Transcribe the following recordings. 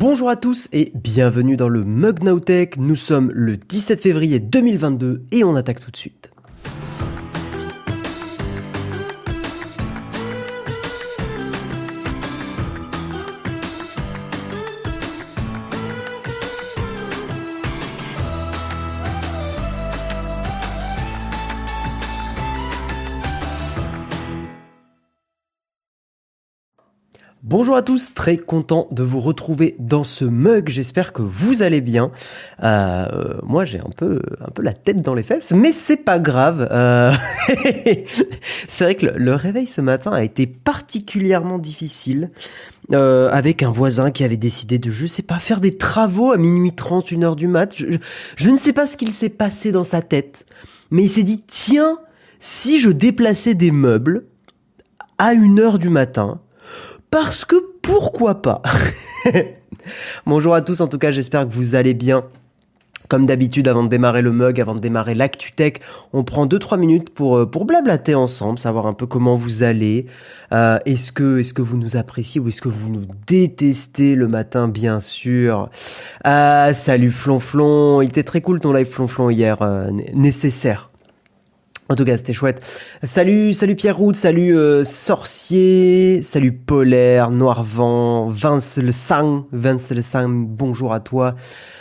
Bonjour à tous et bienvenue dans le Mug Now Tech. Nous sommes le 17 février 2022 et on attaque tout de suite. Bonjour à tous, très content de vous retrouver dans ce mug, j'espère que vous allez bien. Moi j'ai un peu la tête dans les fesses, mais c'est pas grave. C'est vrai que le réveil ce matin a été particulièrement difficile, avec un voisin qui avait décidé de, je sais pas, faire des travaux à minuit 30, 1h du mat. Je ne sais pas ce qu'il s'est passé dans sa tête, mais il s'est dit, tiens, si je déplaçais des meubles à 1h du matin, parce que pourquoi pas. Bonjour à tous, en tout cas j'espère que vous allez bien. Comme d'habitude, avant de démarrer le mug, avant de démarrer l'ActuTech, on prend 2-3 minutes pour blablater ensemble, savoir un peu comment vous allez. Est-ce que vous nous appréciez ou est-ce que vous nous détestez le matin, bien sûr. Salut Flonflon, il était très cool ton live Flonflon hier, nécessaire. En tout cas, c'était chouette. Salut Pierre Route, salut Sorcier, salut Polaire, Noirvent, Vince le Sang, bonjour à toi.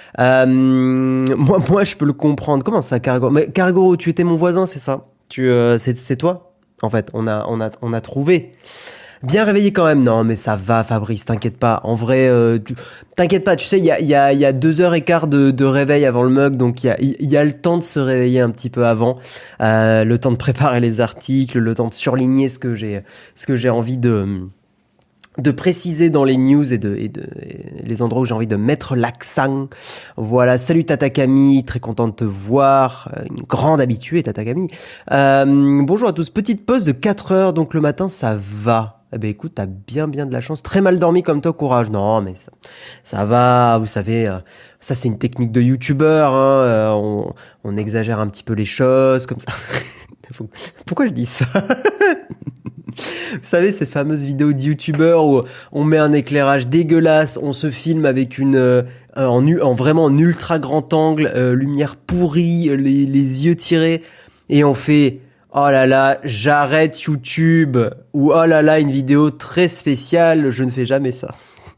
Moi, je peux le comprendre. Comment ça, Cargoro? Mais Cargoro, tu étais mon voisin, c'est ça? C'est toi? En fait, on a trouvé. Bien réveillé quand même. Non, mais ça va, Fabrice, t'inquiète pas. En vrai, t'inquiète pas. Tu sais, il y a 2h15 de réveil avant le mug, donc il y a le temps de se réveiller un petit peu avant, le temps de préparer les articles, le temps de surligner ce que j'ai envie de préciser dans les news et les endroits où j'ai envie de mettre l'accent. Voilà, salut Tata Camille, très content de te voir, une grande habituée Tata Camille. Bonjour à tous, petite pause de 4 heures, donc le matin ça va. Eh ben écoute, t'as bien de la chance, très mal dormi comme toi, courage. Non mais ça va, vous savez, ça c'est une technique de youtubeur, hein, on exagère un petit peu les choses comme ça. Pourquoi je dis ça? Vous savez, ces fameuses vidéos de youtubeurs où on met un éclairage dégueulasse, on se filme avec vraiment en ultra grand angle, lumière pourrie, les yeux tirés, et on fait oh là là, j'arrête YouTube, ou oh là là, une vidéo très spéciale, je ne fais jamais ça.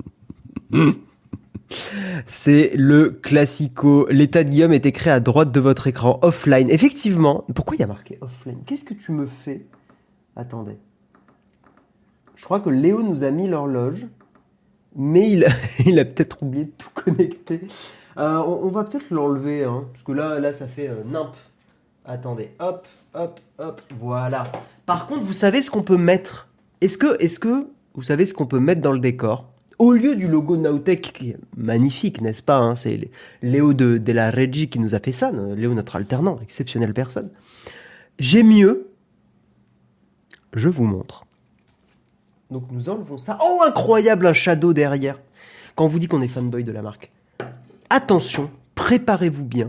C'est le classico. L'état de Guillaume est écrit à droite de votre écran, offline. Effectivement, pourquoi il y a marqué offline? Qu'est-ce que tu me fais? Attendez. Je crois que Léo nous a mis l'horloge, mais il a peut-être oublié de tout connecter. On va peut-être l'enlever, hein, parce que là ça fait nimp. Attendez, hop, voilà. Par contre, vous savez ce qu'on peut mettre? Est-ce que vous savez ce qu'on peut mettre dans le décor? Au lieu du logo Nowtech, qui est magnifique, n'est-ce pas, hein, c'est Léo de la Régie qui nous a fait ça, Léo notre alternant, exceptionnelle personne. J'ai mieux, je vous montre. Donc nous enlevons ça. Oh, incroyable, un shadow derrière. Quand on vous dit qu'on est fanboy de la marque. Attention, préparez-vous bien.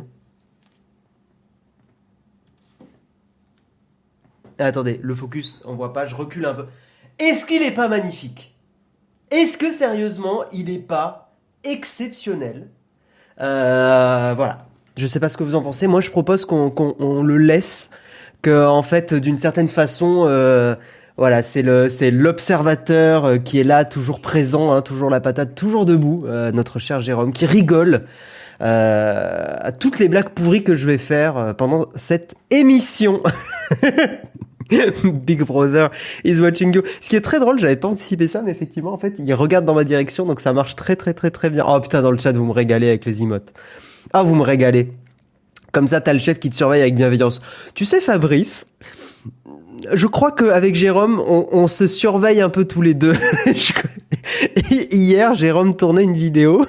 Attendez, le focus, on voit pas, je recule un peu. Est-ce qu'il est pas magnifique? Est-ce que sérieusement, il est pas exceptionnel? Voilà. Je sais pas ce que vous en pensez. Moi, je propose qu'on le laisse. Que, en fait, d'une certaine façon... Voilà, c'est l'observateur qui est là, toujours présent, hein, toujours la patate, toujours debout, notre cher Jérôme, qui rigole à toutes les blagues pourries que je vais faire pendant cette émission. Big Brother is watching you. Ce qui est très drôle, j'avais pas anticipé ça, mais effectivement, en fait, il regarde dans ma direction, donc ça marche très bien. Oh putain, dans le chat, vous me régalez avec les emotes. Ah, vous me régalez. Comme ça, t'as le chef qui te surveille avec bienveillance. Tu sais, Fabrice... Je crois qu'avec Jérôme, on se surveille un peu tous les deux. Hier, Jérôme tournait une vidéo.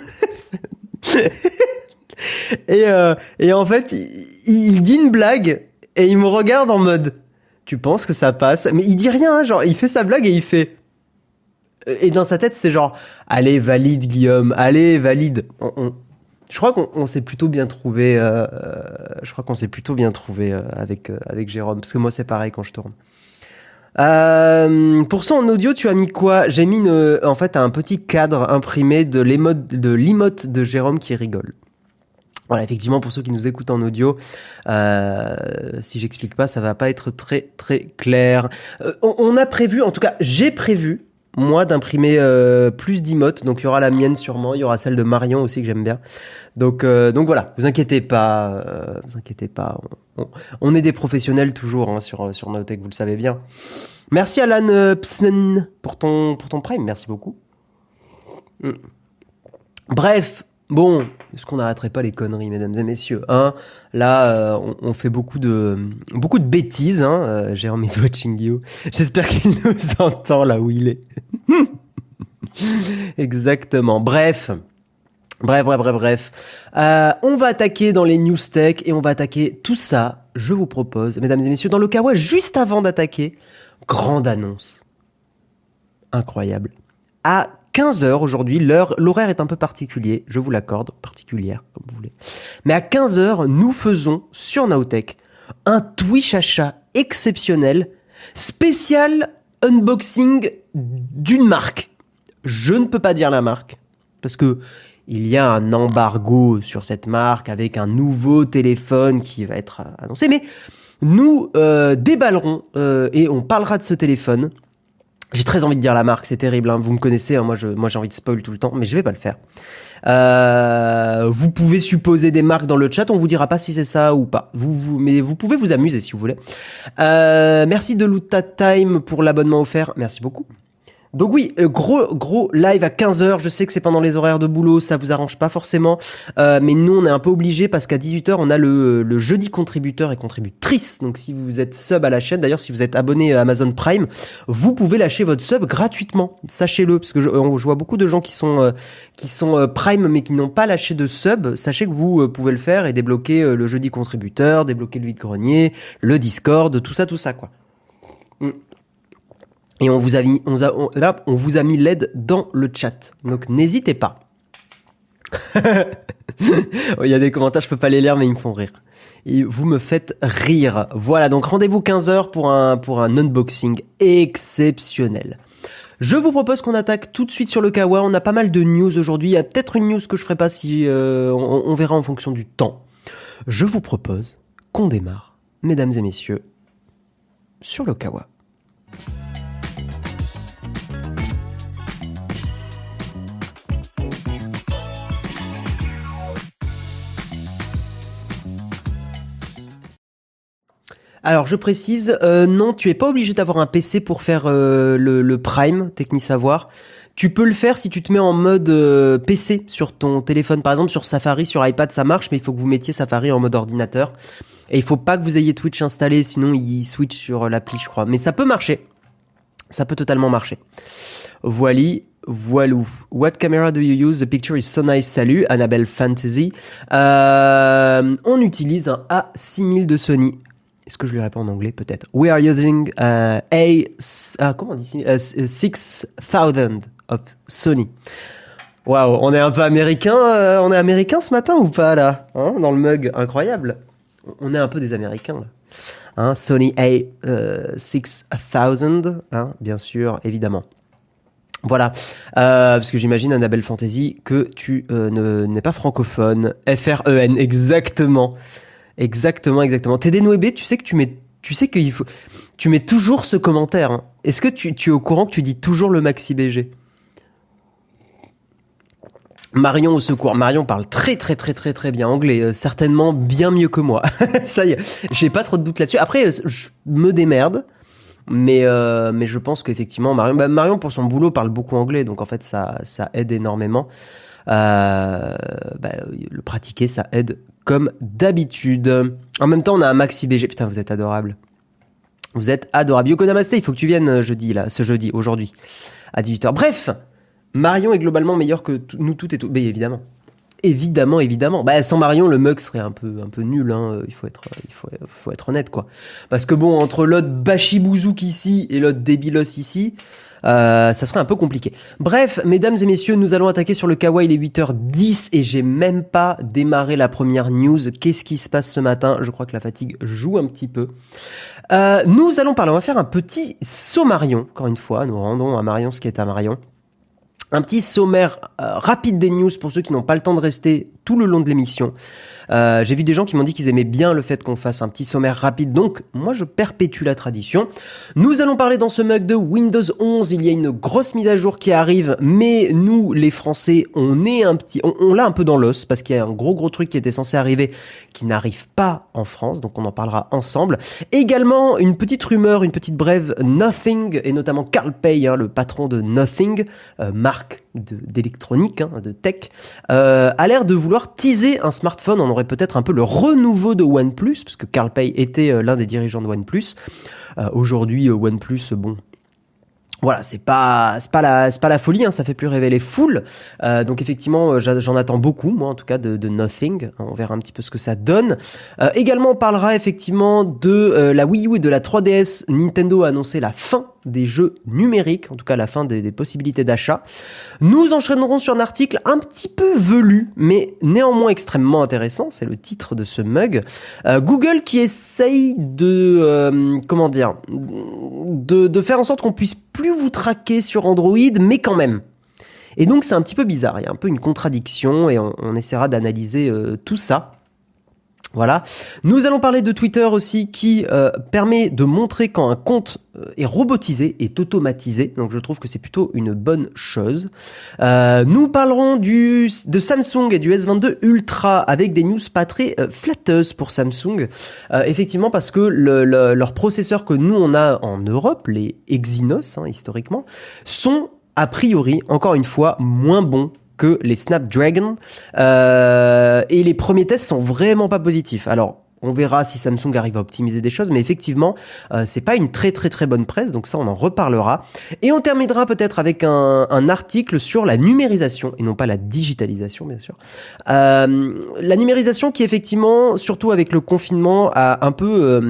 et en fait, il dit une blague et il me regarde en mode « Tu penses que ça passe ?» Mais il dit rien, hein, genre, il fait sa blague et il fait... Et dans sa tête, c'est genre « Allez, valide, Guillaume, allez, valide. » Je crois qu'on s'est plutôt bien trouvé. Avec Jérôme, parce que moi c'est pareil quand je tourne. Pour ça, en audio, tu as mis quoi? J'ai mis en fait un petit cadre imprimé de l'emote de Jérôme qui rigole. Voilà, effectivement, pour ceux qui nous écoutent en audio, si j'explique pas, ça va pas être très très clair. On a prévu, en tout cas, j'ai prévu, moi, d'imprimer plus d'emotes. Donc, il y aura la mienne sûrement, il y aura celle de Marion aussi que j'aime bien. Donc voilà, vous inquiétez pas, on est des professionnels toujours hein, sur Nowtech, vous le savez bien. Merci Alan Psnen pour ton prime, merci beaucoup. Bref, bon, est-ce qu'on n'arrêterait pas les conneries, mesdames et messieurs, hein? Là, on fait beaucoup de bêtises, hein. Jérôme is watching you. J'espère qu'il nous entend là où il est. Exactement. Bref. On va attaquer dans les news tech et on va attaquer tout ça. Je vous propose, mesdames et messieurs, dans le Kawa, juste avant d'attaquer, grande annonce. Incroyable. À 15h aujourd'hui, l'horaire est un peu particulier, je vous l'accorde, particulière, comme vous voulez. Mais à 15h, nous faisons sur Nowtech un Twitch achat exceptionnel, spécial unboxing d'une marque. Je ne peux pas dire la marque, parce que il y a un embargo sur cette marque avec un nouveau téléphone qui va être annoncé. Mais nous déballerons et on parlera de ce téléphone. J'ai très envie de dire la marque, c'est terrible. Hein. Vous me connaissez, hein, moi j'ai envie de spoil tout le temps, mais je vais pas le faire. Vous pouvez supposer des marques dans le chat, on vous dira pas si c'est ça ou pas. Mais vous pouvez vous amuser si vous voulez. Merci de Luta Time pour l'abonnement offert, merci beaucoup. Donc oui, gros live à 15h, je sais que c'est pendant les horaires de boulot, ça vous arrange pas forcément, mais nous on est un peu obligés parce qu'à 18h on a le jeudi contributeur et contributrice, donc si vous êtes sub à la chaîne, d'ailleurs si vous êtes abonné à Amazon Prime, vous pouvez lâcher votre sub gratuitement, sachez-le, parce que je vois beaucoup de gens qui sont Prime mais qui n'ont pas lâché de sub, sachez que vous pouvez le faire et débloquer le jeudi contributeur, débloquer le vide-grenier, le Discord, tout ça quoi. Et on vous a mis l'aide dans le chat. Donc n'hésitez pas. Il y a des commentaires, je peux pas les lire, mais ils me font rire. Et vous me faites rire. Voilà, donc rendez-vous 15h pour un unboxing exceptionnel. Je vous propose qu'on attaque tout de suite sur le Kawa. On a pas mal de news aujourd'hui. Il y a peut-être une news que je ferai pas si on verra en fonction du temps. Je vous propose qu'on démarre, mesdames et messieurs, sur le Kawa. Alors je précise, non, tu es pas obligé d'avoir un PC pour faire le Prime, Technisavoir. Tu peux le faire si tu te mets en mode PC sur ton téléphone, par exemple sur Safari, sur iPad ça marche, mais il faut que vous mettiez Safari en mode ordinateur. Et il faut pas que vous ayez Twitch installé, sinon il switch sur l'appli, je crois. Mais ça peut marcher, ça peut totalement marcher. Voilou. What camera do you use? The picture is so nice. Salut, Annabelle Fantasy. On utilise un A6000 de Sony. Est-ce que je lui réponds en anglais? Peut-être. We are using comment on dit 6000 of Sony. Waouh, on est un peu américain. On est américain ce matin ou pas là, hein, dans le mug, incroyable. On est un peu des Américains là. Hein, Sony A6000, hein, bien sûr, évidemment. Voilà, parce que j'imagine, Annabelle Fantasy, que tu n'es pas francophone. FREN, exactement. Exactement. TD Noébé, tu sais qu'il faut, tu mets toujours ce commentaire. Hein. Est-ce que tu es au courant que tu dis toujours le Maxi BG? Marion au secours. Marion parle très bien anglais, certainement bien mieux que moi. Ça y est, j'ai pas trop de doute là-dessus. Après, je me démerde, mais je pense qu'effectivement Marion pour son boulot parle beaucoup anglais, donc en fait ça aide énormément. Le pratiquer, ça aide comme d'habitude. En même temps, on a un Maxi BG. Putain, vous êtes adorable. Vous êtes adorable. Yoko Namaste, il faut que tu viennes aujourd'hui, à 18h. Bref, Marion est globalement meilleur que nous toutes et tout. Mais évidemment. Bah, sans Marion, le mug serait un peu nul, hein. Il faut être honnête, quoi. Parce que bon, entre l'autre Bachibouzouk ici et l'autre Débilos ici, Ça serait un peu compliqué. Bref, mesdames et messieurs, nous allons attaquer sur le Kawaii, il est 8h10 et j'ai même pas démarré la première news. Qu'est-ce qui se passe ce matin? Je crois que la fatigue joue un petit peu. Nous allons parler, on va faire un petit sommarion, encore une fois, nous rendons à Marion ce qui est à Marion. Un petit sommaire rapide des news pour ceux qui n'ont pas le temps de rester tout le long de l'émission. J'ai vu des gens qui m'ont dit qu'ils aimaient bien le fait qu'on fasse un petit sommaire rapide, donc moi je perpétue la tradition. Nous allons parler dans ce mug de Windows 11, il y a une grosse mise à jour qui arrive, mais nous les Français, on l'a un peu dans l'os, parce qu'il y a un gros truc qui était censé arriver, qui n'arrive pas en France, donc on en parlera ensemble. Également, une petite rumeur, une petite brève, Nothing, et notamment Carl Pei, le patron de Nothing, marque d'électronique, de tech, a l'air de vouloir teaser un smartphone. On aurait peut-être un peu le renouveau de OnePlus, parce que Carl Pei était l'un des dirigeants de OnePlus. Aujourd'hui, OnePlus, bon... Voilà, c'est pas la folie, ça fait plus rêver les foules. Donc effectivement, j'en attends beaucoup, moi en tout cas de Nothing. On verra un petit peu ce que ça donne. Également, on parlera effectivement de la Wii U et de la 3DS. Nintendo a annoncé la fin des jeux numériques, en tout cas la fin des possibilités d'achat. Nous enchaînerons sur un article un petit peu velu, mais néanmoins extrêmement intéressant. C'est le titre de ce mug. Google qui essaye de faire en sorte qu'on puisse plus vous traquer sur Android, mais quand même. Et donc c'est un petit peu bizarre, il y a un peu une contradiction et on essaiera d'analyser tout ça. Voilà. Nous allons parler de Twitter aussi qui permet de montrer quand un compte est robotisé, est automatisé. Donc je trouve que c'est plutôt une bonne chose. Nous parlerons de Samsung et du S22 Ultra avec des news pas très flatteuses pour Samsung. Effectivement parce que leur processeur que nous on a en Europe, les Exynos historiquement, sont a priori, encore une fois, moins bons que les Snapdragon, et les premiers tests sont vraiment pas positifs. Alors, on verra si Samsung arrive à optimiser des choses, mais effectivement, c'est pas une très bonne presse, donc ça on en reparlera. Et on terminera peut-être avec un article sur la numérisation, et non pas la digitalisation, bien sûr. La numérisation qui effectivement, surtout avec le confinement, a un peu,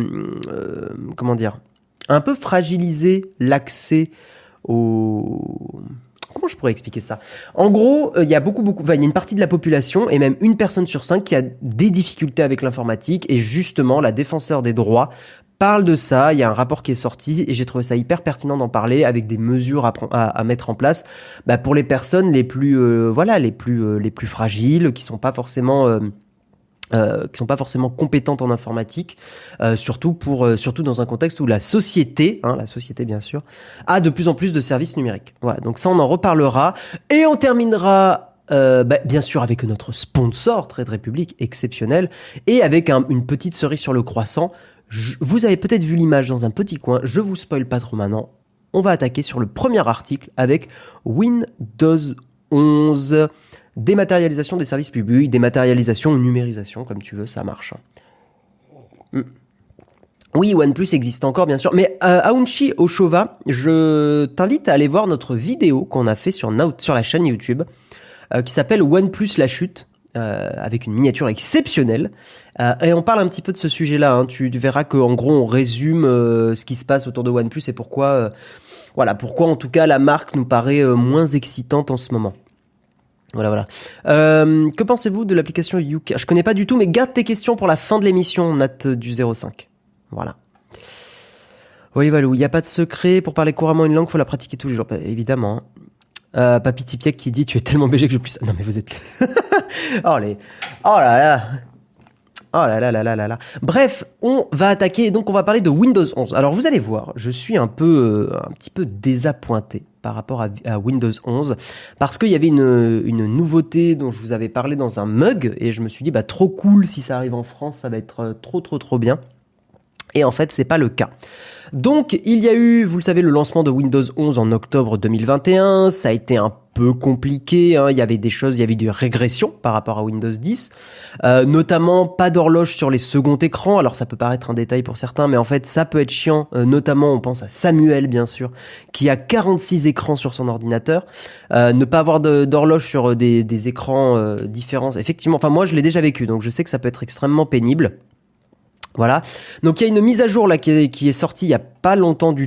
un peu fragilisé l'accès au... Comment je pourrais expliquer ça? En gros, il y a il y a une partie de la population, et même une personne sur 5, qui a des difficultés avec l'informatique, et justement, la défenseur des droits parle de ça. Il y a un rapport qui est sorti, et j'ai trouvé ça hyper pertinent d'en parler, avec des mesures à mettre en place, pour les personnes les plus fragiles, qui sont pas forcément compétentes en informatique, surtout dans un contexte où la société bien sûr, a de plus en plus de services numériques. Voilà, donc ça on en reparlera et on terminera bien sûr avec notre sponsor Trade Republic exceptionnel et avec une petite cerise sur le croissant. Vous avez peut-être vu l'image dans un petit coin, je vous spoil pas trop maintenant. On va attaquer sur le premier article avec Windows 11. Dématérialisation des services publics, dématérialisation ou numérisation, comme tu veux, ça marche. Oui, OnePlus existe encore, bien sûr. Mais Aounchi Oshova, je t'invite à aller voir notre vidéo qu'on a fait sur la chaîne YouTube, qui s'appelle OnePlus la chute, avec une miniature exceptionnelle. Et on parle un petit peu de ce sujet-là. Tu verras qu'en gros, on résume ce qui se passe autour de OnePlus et pourquoi en tout cas la marque nous paraît moins excitante en ce moment. Voilà. Que pensez-vous de l'application YouCam? Je connais pas du tout, mais garde tes questions pour la fin de l'émission, Nat du 05. Voilà. Oui, Valou, il n'y a pas de secret. Pour parler couramment une langue, faut la pratiquer tous les jours. Évidemment. Papy Tipiek qui dit tu es tellement BG que je plus. Non, mais vous êtes. Oh là là. Oh là là là là là là. Bref, on va attaquer, donc on va parler de Windows 11. Alors vous allez voir, je suis un petit peu désappointé par rapport à Windows 11 parce qu'il y avait une nouveauté dont je vous avais parlé dans un mug et je me suis dit trop cool, si ça arrive en France, ça va être trop bien. Et en fait, c'est pas le cas. Donc, il y a eu, vous le savez, le lancement de Windows 11 en octobre 2021. Ça a été un peu compliqué. Il y avait des régressions par rapport à Windows 10. Notamment, pas d'horloge sur les seconds écrans. Alors, ça peut paraître un détail pour certains, mais en fait, ça peut être chiant. Notamment, on pense à Samuel, bien sûr, qui a 46 écrans sur son ordinateur. Ne pas avoir d'horloge sur des écrans différents. Effectivement, enfin, moi, je l'ai déjà vécu, donc je sais que ça peut être extrêmement pénible. Voilà. Donc il y a une mise à jour là qui est sortie il y a pas longtemps du tout,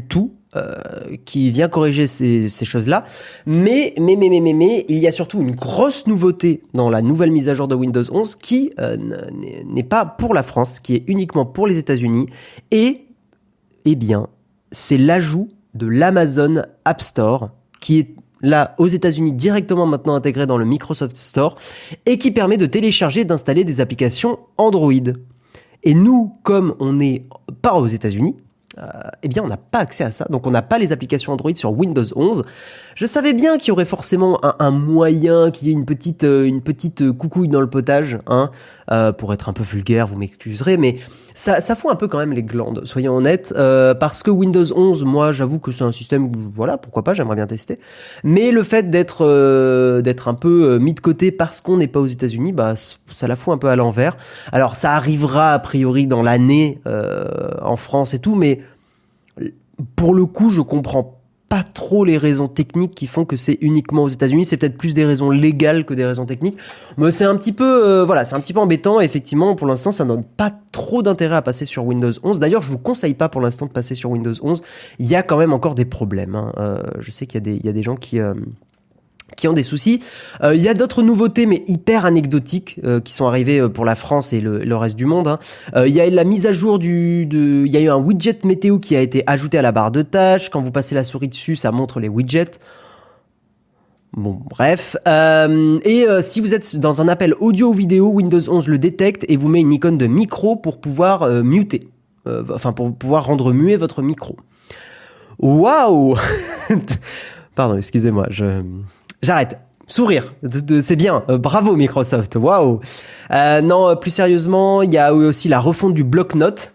qui vient corriger ces choses-là. Mais, il y a surtout une grosse nouveauté dans la nouvelle mise à jour de Windows 11 qui n'est pas pour la France, qui est uniquement pour les États-Unis. Et, eh bien, c'est l'ajout de l'Amazon App Store, qui est là aux États-Unis directement maintenant intégré dans le Microsoft Store et qui permet de télécharger et d'installer des applications Android. Et nous, comme on n'est pas aux États-Unis, eh bien on n'a pas accès à ça, donc on n'a pas les applications Android sur Windows 11. Je savais bien qu'il y aurait forcément un moyen, qu'il y ait une petite coucouille dans le potage, hein, pour être un peu vulgaire, vous m'excuserez, mais ça fout un peu quand même les glandes, soyons honnêtes, parce que Windows 11, moi j'avoue que c'est un système, voilà, pourquoi pas, j'aimerais bien tester, mais le fait d'être un peu mis de côté parce qu'on n'est pas aux États-Unis, bah ça la fout un peu à l'envers. Alors ça arrivera a priori dans l'année en France et tout, mais pour le coup, je comprends pas trop les raisons techniques qui font que c'est uniquement aux États-Unis. C'est peut-être plus des raisons légales que des raisons techniques. Mais c'est un petit peu, c'est un petit peu embêtant. Effectivement, pour l'instant, ça donne pas trop d'intérêt à passer sur Windows 11. D'ailleurs, je vous conseille pas pour l'instant de passer sur Windows 11. Il y a quand même encore des problèmes, hein. Je sais qu'il y a des gens qui ont des soucis. Il y a d'autres nouveautés, mais hyper anecdotiques, qui sont arrivées pour la France et le reste du monde, hein. Il y a la mise à jour il y a eu un widget météo qui a été ajouté à la barre de tâches. Quand vous passez la souris dessus, ça montre les widgets. Bon, bref. Si vous êtes dans un appel audio ou vidéo, Windows 11 le détecte et vous met une icône de micro pour pouvoir muter. Pour pouvoir rendre muet votre micro. Waouh. Pardon, excusez-moi, J'arrête. Sourire, c'est bien. Bravo Microsoft. Waouh. Non, plus sérieusement, il y a aussi la refonte du bloc-notes.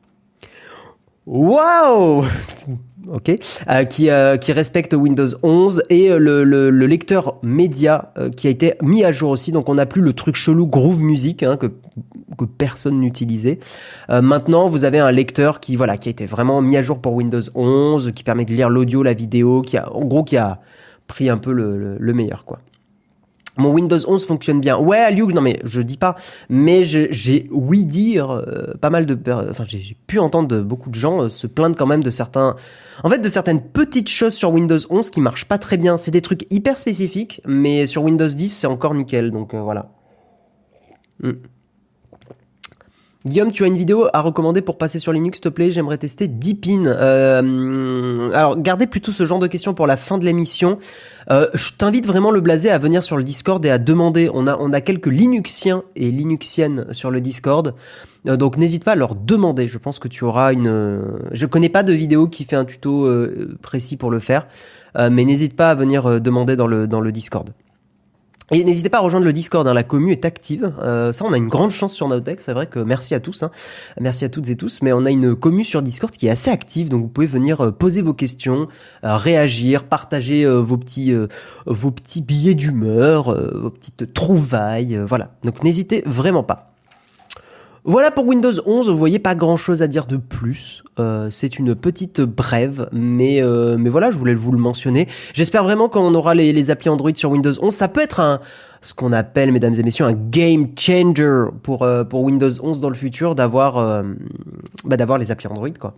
Waouh. Ok. Qui respecte Windows 11 et le lecteur média qui a été mis à jour aussi. Donc on n'a plus le truc chelou Groove Music, hein, que personne n'utilisait. Maintenant, vous avez un lecteur qui a été vraiment mis à jour pour Windows 11, qui permet de lire l'audio, la vidéo, qui a pris un peu le meilleur, quoi. Mon Windows 11 fonctionne bien. Ouais, Aliou, non mais je dis pas, mais j'ai ouï dire pas mal j'ai pu entendre beaucoup de gens se plaindre quand même de certaines petites choses sur Windows 11 qui marchent pas très bien. C'est des trucs hyper spécifiques, mais sur Windows 10 c'est encore nickel, donc voilà. Guillaume, tu as une vidéo à recommander pour passer sur Linux, s'il te plaît? J'aimerais tester Deepin. Alors, gardez plutôt ce genre de questions pour la fin de l'émission. Je t'invite vraiment, le blasé, à venir sur le Discord et à demander. On a quelques Linuxiens et Linuxiennes sur le Discord. Donc, n'hésite pas à leur demander. Je pense que tu auras Je connais pas de vidéo qui fait un tuto précis pour le faire. Mais n'hésite pas à venir demander dans le Discord. Et n'hésitez pas à rejoindre le Discord, hein, la commu est active. Ça, on a une grande chance sur Nowtech. C'est vrai que merci à tous, hein. Merci à toutes et tous. Mais on a une commu sur Discord qui est assez active, donc vous pouvez venir poser vos questions, réagir, partager vos petits billets d'humeur, vos petites trouvailles, voilà. Donc n'hésitez vraiment pas. Voilà pour Windows 11, vous voyez, pas grand chose à dire de plus. C'est une petite brève, mais voilà, je voulais vous le mentionner. J'espère vraiment qu'on aura les applis Android sur Windows 11. Ça peut être ce qu'on appelle, mesdames et messieurs, un game changer pour Windows 11 dans le futur, d'avoir les applis Android, quoi.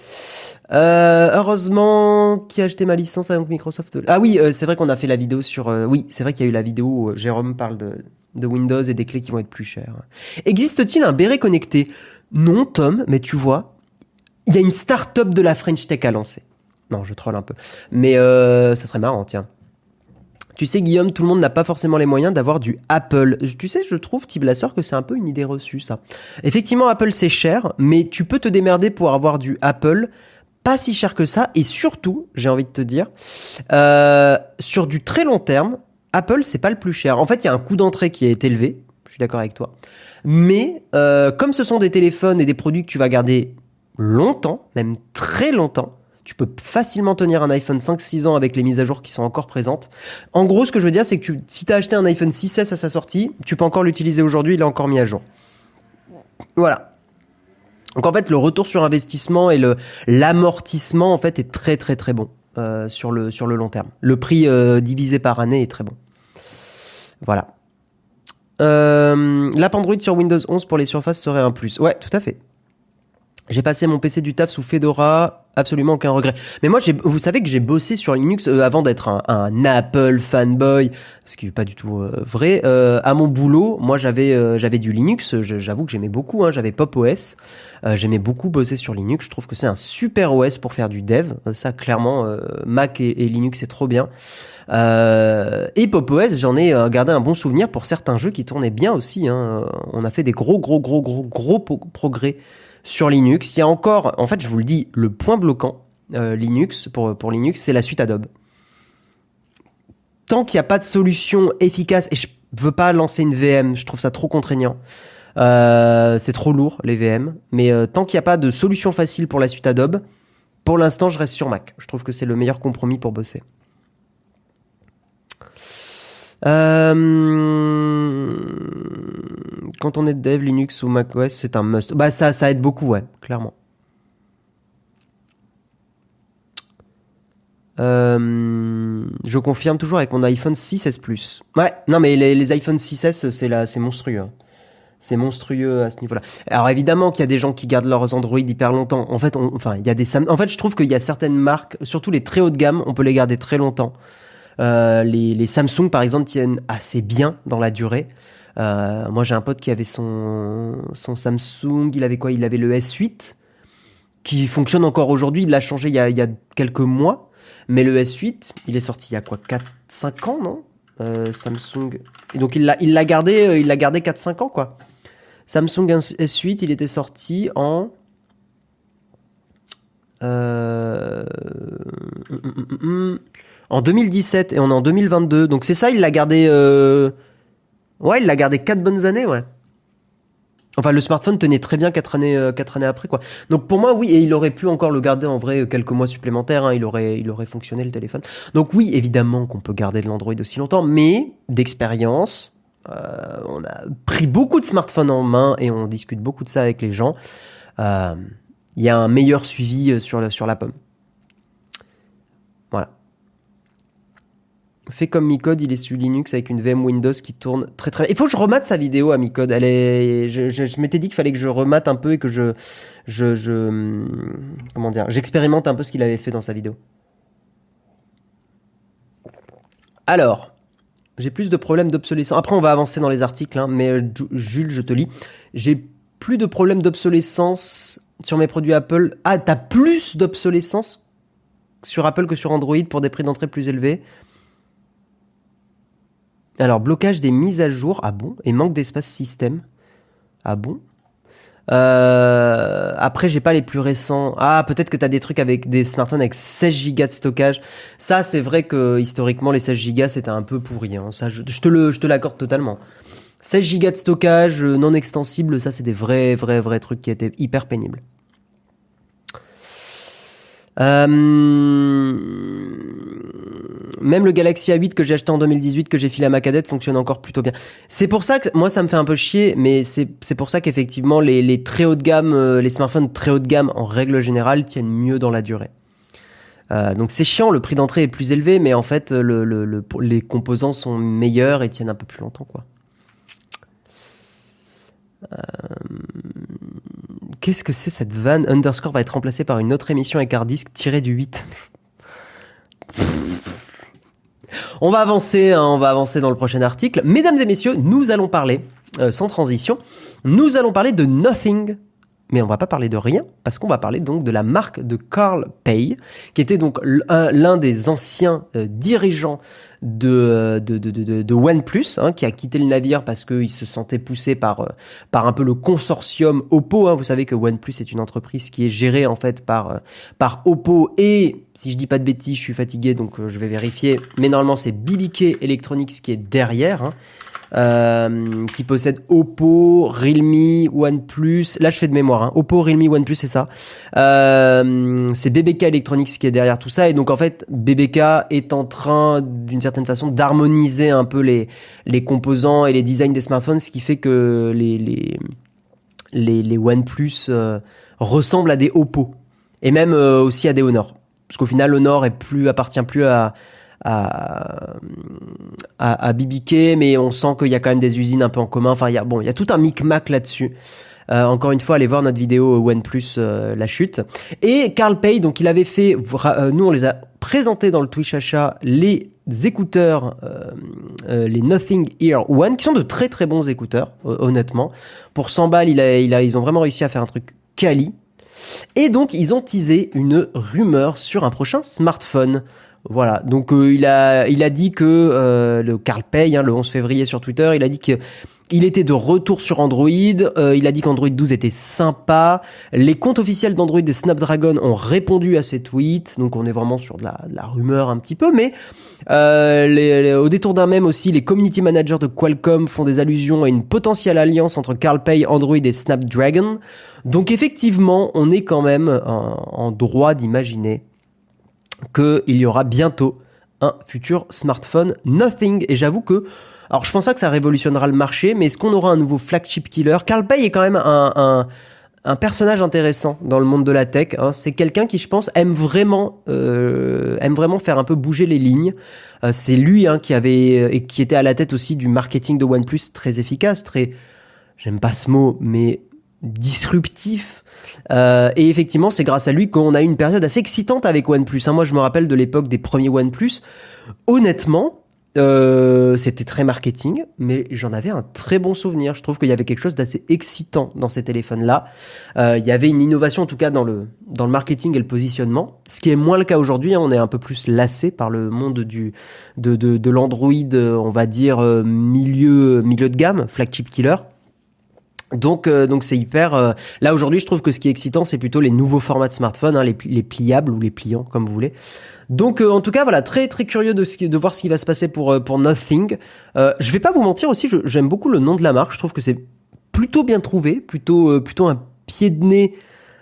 Heureusement qui a acheté ma licence avec Microsoft. Ah oui, c'est vrai qu'on a fait la vidéo sur... oui, c'est vrai qu'il y a eu la vidéo où Jérôme parle de Windows et des clés qui vont être plus chères. Existe-t-il un béret connecté? Non, Tom, mais tu vois, il y a une start-up de la French Tech à lancer. Non, je troll un peu. Mais ça serait marrant, tiens. Tu sais, Guillaume, tout le monde n'a pas forcément les moyens d'avoir du Apple. Tu sais, je trouve, Tiblasseur, que c'est un peu une idée reçue, ça. Effectivement, Apple, c'est cher, mais tu peux te démerder pour avoir du Apple pas si cher que ça, et surtout, j'ai envie de te dire, sur du très long terme, Apple, c'est pas le plus cher. En fait, il y a un coût d'entrée qui est élevé, je suis d'accord avec toi, mais comme ce sont des téléphones et des produits que tu vas garder longtemps, même très longtemps, tu peux facilement tenir un iPhone 5-6 ans avec les mises à jour qui sont encore présentes. En gros, ce que je veux dire, c'est que si tu as acheté un iPhone 6S à sa sortie, tu peux encore l'utiliser aujourd'hui, il est encore mis à jour. Voilà. Donc en fait, le retour sur investissement et l'amortissement en fait est très très très bon sur le long terme. Le prix divisé par année est très bon. Voilà. L'app Android sur Windows 11 pour les surfaces serait un plus. Ouais, tout à fait. J'ai passé mon PC du taf sous Fedora, absolument aucun regret. Mais moi, vous savez que j'ai bossé sur Linux avant d'être un Apple fanboy, ce qui est pas du tout vrai. À mon boulot, moi, j'avais du Linux. J'avoue que j'aimais beaucoup. Hein, j'avais Pop OS. J'aimais beaucoup bosser sur Linux. Je trouve que c'est un super OS pour faire du dev. Ça, clairement, Mac et Linux, c'est trop bien. Et Pop OS, j'en ai gardé un bon souvenir pour certains jeux qui tournaient bien aussi. Hein. On a fait des gros progrès sur Linux. Il y a encore, en fait, je vous le dis, le point bloquant Linux pour Linux, c'est la suite Adobe. Tant qu'il n'y a pas de solution efficace, et je veux pas lancer une VM, je trouve ça trop contraignant. C'est trop lourd les VM, mais tant qu'il n'y a pas de solution facile pour la suite Adobe, pour l'instant, je reste sur Mac. Je trouve que c'est le meilleur compromis pour bosser. Quand on est dev, Linux ou macOS, c'est un must. Bah ça aide beaucoup, ouais, clairement. Je confirme toujours avec mon iPhone 6S Plus. Ouais, non mais les iPhone 6S, c'est monstrueux. Hein. C'est monstrueux à ce niveau-là. Alors évidemment qu'il y a des gens qui gardent leurs Android hyper longtemps. En fait, il y a des en fait, je trouve qu'il y a certaines marques, surtout les très haut de gamme, on peut les garder très longtemps. Les Samsung par exemple tiennent assez bien dans la durée. Moi j'ai un pote qui avait son Samsung, il avait quoi? Il avait le S8 qui fonctionne encore aujourd'hui, il l'a changé il y a quelques mois, mais le S8, il est sorti il y a quoi, 4-5 ans, non? Samsung. Et donc il l'a gardé 4-5 ans quoi. Samsung S8, il était sorti en en 2017 et on est en 2022. Donc c'est ça, il l'a gardé ouais, il l'a gardé 4 bonnes années, ouais. Enfin, le smartphone tenait très bien 4 années après, quoi. Donc pour moi, oui, et il aurait pu encore le garder en vrai quelques mois supplémentaires, hein, il aurait fonctionné le téléphone. Donc oui, évidemment qu'on peut garder de l'Android aussi longtemps, mais d'expérience, on a pris beaucoup de smartphones en main et on discute beaucoup de ça avec les gens. Il y a un meilleur suivi sur la pomme. Voilà. Fait comme Micode, il est sur Linux avec une VM Windows qui tourne très très bien. Il faut que je remate sa vidéo à Micode. Je m'étais dit qu'il fallait que je remate un peu et que comment dire, j'expérimente un peu ce qu'il avait fait dans sa vidéo. Alors, j'ai plus de problèmes d'obsolescence. Après, on va avancer dans les articles, hein, mais Jules, je te lis. J'ai plus de problèmes d'obsolescence sur mes produits Apple. Ah, t'as plus d'obsolescence sur Apple que sur Android pour des prix d'entrée plus élevés. Alors, blocage des mises à jour. Ah bon? Et manque d'espace système. Ah bon? Après, j'ai pas les plus récents. Ah, peut-être que t'as des trucs avec des smartphones avec 16 Go de stockage. Ça, c'est vrai que historiquement, les 16 Go, c'était un peu pourri. Hein. Ça, je te l'accorde totalement. 16 Go de stockage non extensible, ça, c'est des vrais trucs qui étaient hyper pénibles. Même le Galaxy A8 que j'ai acheté en 2018, que j'ai filé à ma cadette, fonctionne encore plutôt bien. C'est pour ça que moi ça me fait un peu chier, mais c'est pour ça qu'effectivement les très haut de gamme, les smartphones très haut de gamme en règle générale tiennent mieux dans la durée. Donc c'est chiant, le prix d'entrée est plus élevé, mais en fait les composants sont meilleurs et tiennent un peu plus longtemps quoi. Qu'est-ce que c'est cette vanne? Underscore va être remplacé par une autre émission avec hard disk tiré du 8. On va avancer dans le prochain article. Mesdames et messieurs, nous allons parler, sans transition, nous allons parler de Nothing. Mais on va pas parler de rien, parce qu'on va parler donc de la marque de Carl Pei, qui était donc l'un des anciens dirigeants de OnePlus, hein, qui a quitté le navire parce qu'il se sentait poussé par un peu le consortium Oppo. Hein. Vous savez que OnePlus est une entreprise qui est gérée en fait par Oppo et, si je dis pas de bêtises, je suis fatigué donc je vais vérifier, mais normalement c'est BBK Electronics qui est derrière. Hein. Qui possède Oppo, Realme, OnePlus. Là, je fais de mémoire. Hein. Oppo, Realme, OnePlus, c'est ça. C'est BBK Electronics qui est derrière tout ça. Et donc, en fait, BBK est en train, d'une certaine façon, d'harmoniser un peu les composants et les designs des smartphones, ce qui fait que les OnePlus ressemblent à des Oppo. Et même aussi à des Honor. Parce qu'au final, Honor appartient plus à BBK, mais on sent qu'il y a quand même des usines un peu en commun. Enfin, il y a tout un micmac là-dessus. Encore une fois, allez voir notre vidéo OnePlus la chute. Et Carl Pei, donc il avait fait, nous on les a présentés dans le Twitch achat, les écouteurs, les Nothing Ear One, qui sont de très très bons écouteurs, honnêtement. Pour 100 balles, ils ont vraiment réussi à faire un truc quali. Et donc ils ont teasé une rumeur sur un prochain smartphone. Voilà, donc il a dit que le Carl Pei, le 11 février sur Twitter, il a dit que il était de retour sur Android, il a dit qu'Android 12 était sympa, les comptes officiels d'Android et Snapdragon ont répondu à ces tweets, donc on est vraiment sur de la rumeur un petit peu, mais au détour d'un mème aussi, les community managers de Qualcomm font des allusions à une potentielle alliance entre Carl Pei, Android et Snapdragon, donc effectivement, on est quand même en droit d'imaginer qu'il y aura bientôt un futur smartphone Nothing. Et j'avoue que, alors je pense pas que ça révolutionnera le marché, mais est-ce qu'on aura un nouveau flagship killer? Carl Pei est quand même un personnage intéressant dans le monde de la tech. C'est quelqu'un qui, je pense, aime vraiment faire un peu bouger les lignes. C'est lui qui était à la tête aussi du marketing de OnePlus, très efficace, très, j'aime pas ce mot, mais disruptif. Et effectivement, c'est grâce à lui qu'on a eu une période assez excitante avec OnePlus. Moi, je me rappelle de l'époque des premiers OnePlus. Honnêtement, c'était très marketing, mais j'en avais un très bon souvenir. Je trouve qu'il y avait quelque chose d'assez excitant dans ces téléphones-là. Il y avait une innovation, en tout cas, dans le marketing et le positionnement. Ce qui est moins le cas aujourd'hui. On est un peu plus lassé par le monde de l'Android, on va dire, milieu de gamme, flagship killer. Donc c'est hyper. Là aujourd'hui, je trouve que ce qui est excitant, c'est plutôt les nouveaux formats de smartphone, les pliables ou les pliants, comme vous voulez. Donc en tout cas, voilà, très très curieux de voir ce qui va se passer pour Nothing. Je vais pas vous mentir aussi, j'aime beaucoup le nom de la marque. Je trouve que c'est plutôt bien trouvé, plutôt un pied de nez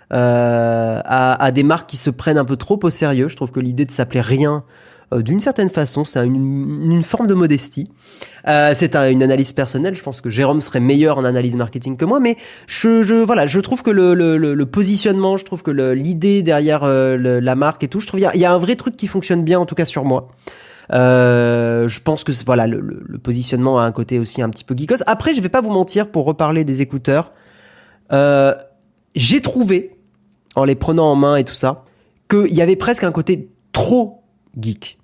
à des marques qui se prennent un peu trop au sérieux. Je trouve que l'idée de s'appeler rien, d'une certaine façon, c'est une forme de modestie. C'est une analyse personnelle. Je pense que Jérôme serait meilleur en analyse marketing que moi, mais je trouve que le positionnement, je trouve que l'idée derrière la marque et tout, je trouve il y a un vrai truc qui fonctionne bien, en tout cas sur moi. Je pense que voilà, le positionnement a un côté aussi un petit peu geekos. Après, je vais pas vous mentir, pour reparler des écouteurs, j'ai trouvé, en les prenant en main et tout ça, qu'il y avait presque un côté trop geek.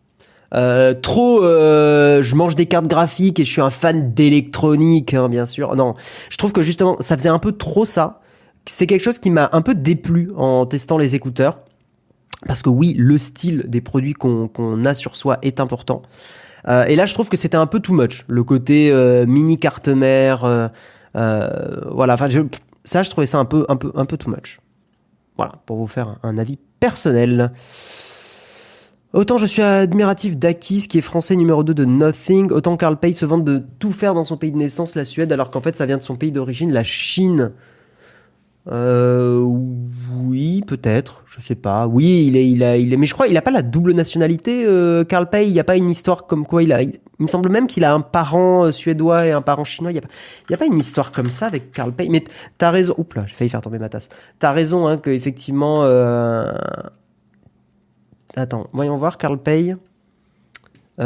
Je mange des cartes graphiques et je suis un fan d'électronique, bien sûr. Non, je trouve que justement, ça faisait un peu trop ça. C'est quelque chose qui m'a un peu déplu en testant les écouteurs. Parce que oui, le style des produits qu'on a sur soi est important. Et là, je trouve que c'était un peu too much. Le côté mini carte mère, voilà. Enfin, je trouvais ça un peu too much. Voilà, pour vous faire un avis personnel. Autant je suis admiratif d'Akis, qui est français numéro 2 de Nothing, autant Carl Pei se vante de tout faire dans son pays de naissance, la Suède, alors qu'en fait ça vient de son pays d'origine, la Chine. Oui, peut-être, je sais pas. Oui, il est, mais je crois il a pas la double nationalité. Carl Pei, il y a pas une histoire comme quoi il me semble même qu'il a un parent suédois et un parent chinois. Il y a pas une histoire comme ça avec Carl Pei. Mais t'as raison. Oups là, j'ai failli faire tomber ma tasse. T'as raison, que effectivement. Attends, voyons voir, Carl Pei. Is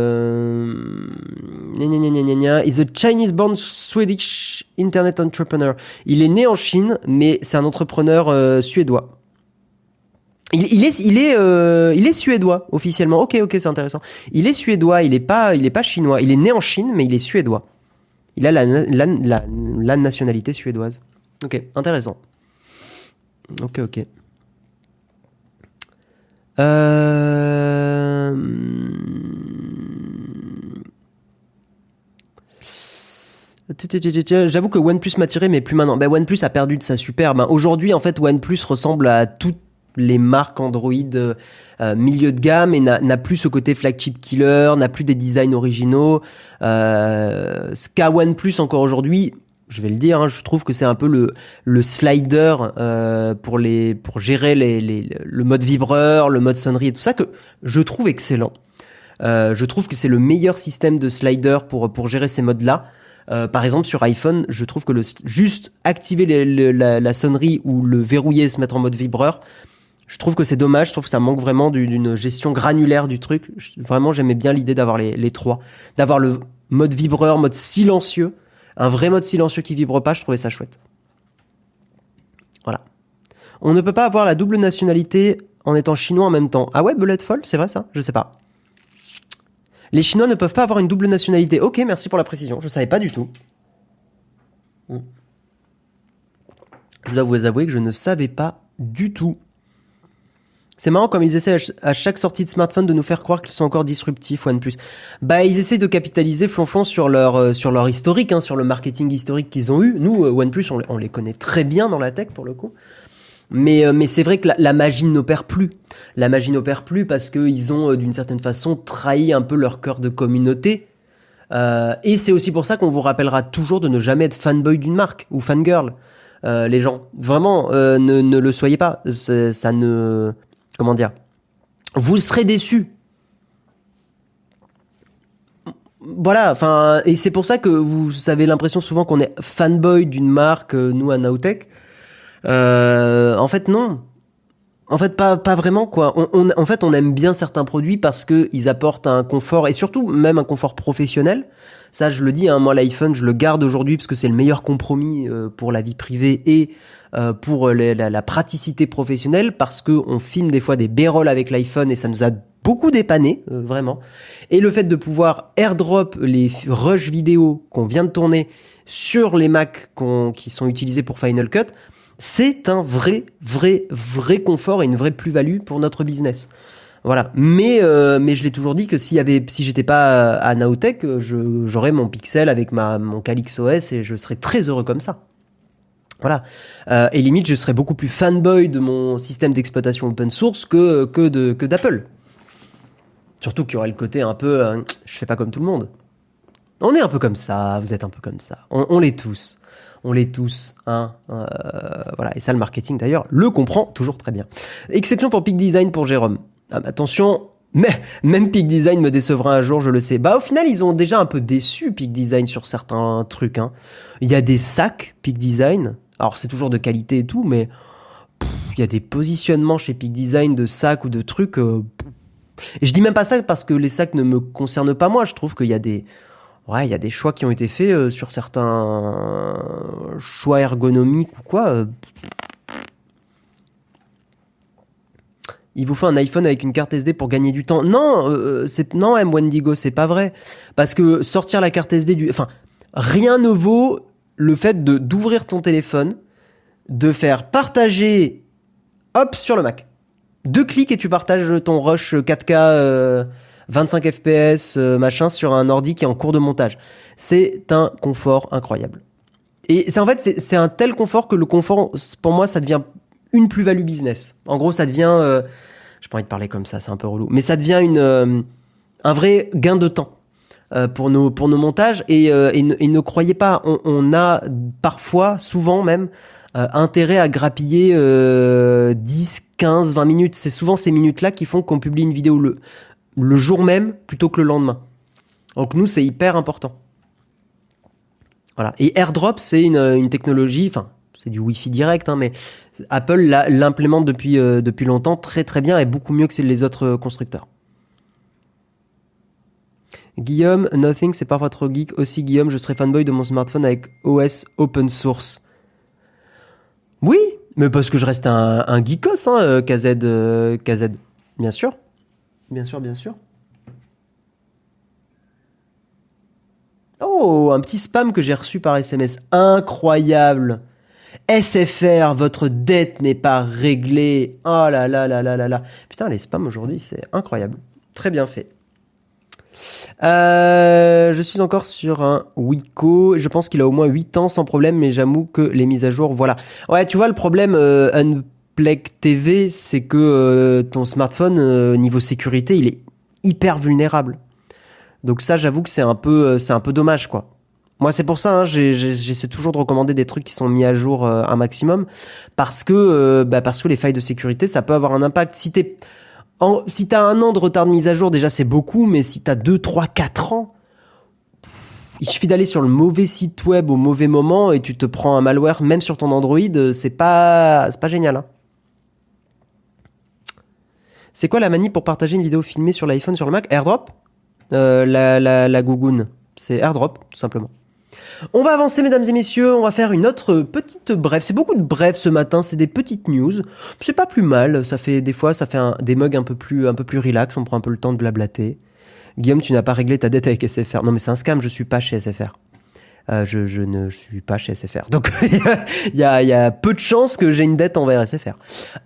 a Chinese-born Swedish internet entrepreneur. Il est né en Chine, mais c'est un entrepreneur suédois. Il est suédois officiellement. Ok, c'est intéressant. Il est suédois. Il est pas chinois. Il est né en Chine, mais il est suédois. Il a la nationalité suédoise. Ok, intéressant. Ok. J'avoue que OnePlus m'a tiré, mais plus maintenant. OnePlus a perdu de sa superbe. Aujourd'hui, en fait, OnePlus ressemble à toutes les marques Android milieu de gamme et n'a plus ce côté flagship killer, n'a plus des designs originaux. Ce qu'a OnePlus encore aujourd'hui, je vais le dire, je trouve que c'est un peu le slider pour gérer le mode vibreur, le mode sonnerie et tout ça, que je trouve excellent. Je trouve que c'est le meilleur système de slider pour gérer ces modes-là. Par exemple, sur iPhone, je trouve que juste activer la sonnerie ou le verrouiller et se mettre en mode vibreur, je trouve que c'est dommage. Je trouve que ça manque vraiment d'une gestion granulaire du truc. Vraiment, j'aimais bien l'idée d'avoir les trois. D'avoir le mode vibreur, mode silencieux. Un vrai mode silencieux qui vibre pas, je trouvais ça chouette. On ne peut pas avoir la double nationalité en étant chinois en même temps. Ah ouais, Bullet Fall, c'est vrai ça? Je sais pas. Les Chinois ne peuvent pas avoir une double nationalité. Ok, merci pour la précision. Je savais pas du tout. Je dois vous avouer que je ne savais pas du tout. C'est marrant comme ils essaient à chaque sortie de smartphone de nous faire croire qu'ils sont encore disruptifs, OnePlus. Bah, ils essaient de capitaliser flonflon sur leur historique, hein, sur le marketing historique qu'ils ont eu. Nous, OnePlus, on les connaît très bien dans la tech pour le coup. Mais c'est vrai que la magie n'opère plus. La magie n'opère plus parce qu'ils ont, d'une certaine façon, trahi un peu leur cœur de communauté. Et c'est aussi pour ça qu'on vous rappellera toujours de ne jamais être fanboy d'une marque ou fangirl. Les gens, vraiment, ne le soyez pas. Ça ne... Comment dire? Vous serez déçus. Voilà, enfin, et c'est pour ça que vous avez l'impression souvent qu'on est fanboy d'une marque, nous à Nowtech. En fait, non. En fait, pas vraiment, quoi. En fait, on aime bien certains produits parce que ils apportent un confort, et surtout, même un confort professionnel. Ça, je le dis, hein, moi, l'iPhone, je le garde aujourd'hui parce que c'est le meilleur compromis pour la vie privée et pour la praticité professionnelle, parce que on filme des fois des b-rolls avec l'iPhone et ça nous a beaucoup dépanné, vraiment. Et le fait de pouvoir airdrop les rush vidéo qu'on vient de tourner sur les Mac qui sont utilisés pour Final Cut, c'est un vrai confort et une vraie plus-value pour notre business. Voilà. Mais je l'ai toujours dit que si j'étais pas à Nowtech, j'aurais mon Pixel avec mon Calyx OS et je serais très heureux comme ça. Voilà. Et limite, je serais beaucoup plus fanboy de mon système d'exploitation open source que d'Apple. Surtout qu'il y aurait le côté un peu, je fais pas comme tout le monde. On est un peu comme ça, vous êtes un peu comme ça. On l'est tous. On l'est tous, hein. Voilà. Et ça, le marketing, d'ailleurs, le comprend toujours très bien. Exception pour Peak Design pour Jérôme. Ah, attention, mais même Peak Design me décevra un jour, je le sais. Bah, au final, ils ont déjà un peu déçu Peak Design sur certains trucs, hein. Il y a des sacs Peak Design. Alors, c'est toujours de qualité et tout, mais il y a des positionnements chez Peak Design de sacs ou de trucs. Et je dis même pas ça parce que les sacs ne me concernent pas moi. Je trouve qu'il y a des choix qui ont été faits sur certains choix ergonomiques ou quoi. Il vous faut un iPhone avec une carte SD pour gagner du temps. Non, non, M1Digo, c'est pas vrai. Parce que sortir la carte SD rien ne vaut le fait d'ouvrir ton téléphone, de faire partager, hop, sur le Mac. 2 clics et tu partages ton rush 4K 25 FPS machin sur un ordi qui est en cours de montage. C'est un confort incroyable. Et c'est un tel confort que le confort, pour moi, ça devient une plus-value business. En gros, ça devient... j'ai pas envie de parler comme ça, c'est un peu relou. Mais ça devient un vrai gain de temps pour nos montages. Et ne croyez pas, on a parfois, souvent même, intérêt à grappiller 10, 15, 20 minutes. C'est souvent ces minutes-là qui font qu'on publie une vidéo le jour même plutôt que le lendemain. Donc nous, c'est hyper important. Voilà. Et AirDrop, c'est une technologie, enfin, c'est du Wi-Fi direct, hein, mais Apple l'implémente depuis longtemps très très bien et beaucoup mieux que les autres constructeurs. Guillaume, Nothing, c'est parfois trop geek. Aussi, Guillaume, je serais fanboy de mon smartphone avec OS open source. Oui, mais parce que je reste un geekos, hein, KZ. Bien sûr. Bien sûr. Oh, un petit spam que j'ai reçu par SMS. Incroyable. SFR, votre dette n'est pas réglée. Oh là là là là là là. Putain, les spams aujourd'hui, c'est incroyable. Très bien fait. Je suis encore sur un Wiko. Je pense qu'il a au moins 8 ans sans problème, mais j'avoue que les mises à jour, voilà. Ouais, tu vois, le problème Unplug TV, c'est que ton smartphone, niveau sécurité, il est hyper vulnérable. Donc ça, j'avoue que c'est un peu dommage, quoi. Moi, c'est pour ça, hein, j'essaie toujours de recommander des trucs qui sont mis à jour un maximum, parce que les failles de sécurité, ça peut avoir un impact. Si t'as 1 an de retard de mise à jour, déjà c'est beaucoup, mais si t'as 2, 3, 4 ans, il suffit d'aller sur le mauvais site web au mauvais moment et tu te prends un malware, même sur ton Android, c'est pas génial, hein. C'est quoi la manie pour partager une vidéo filmée sur l'iPhone, sur le Mac? AirDrop? La gougoune. C'est AirDrop, tout simplement. On va avancer, mesdames et messieurs, on va faire une autre petite brève. C'est beaucoup de brèves ce matin, c'est des petites news. C'est pas plus mal, ça fait des mugs un peu plus relax, on prend un peu le temps de blablater. Guillaume, tu n'as pas réglé ta dette avec SFR. Non mais c'est un scam, je suis pas chez SFR. Je ne suis pas chez SFR. Donc il y a peu de chances que j'ai une dette envers SFR.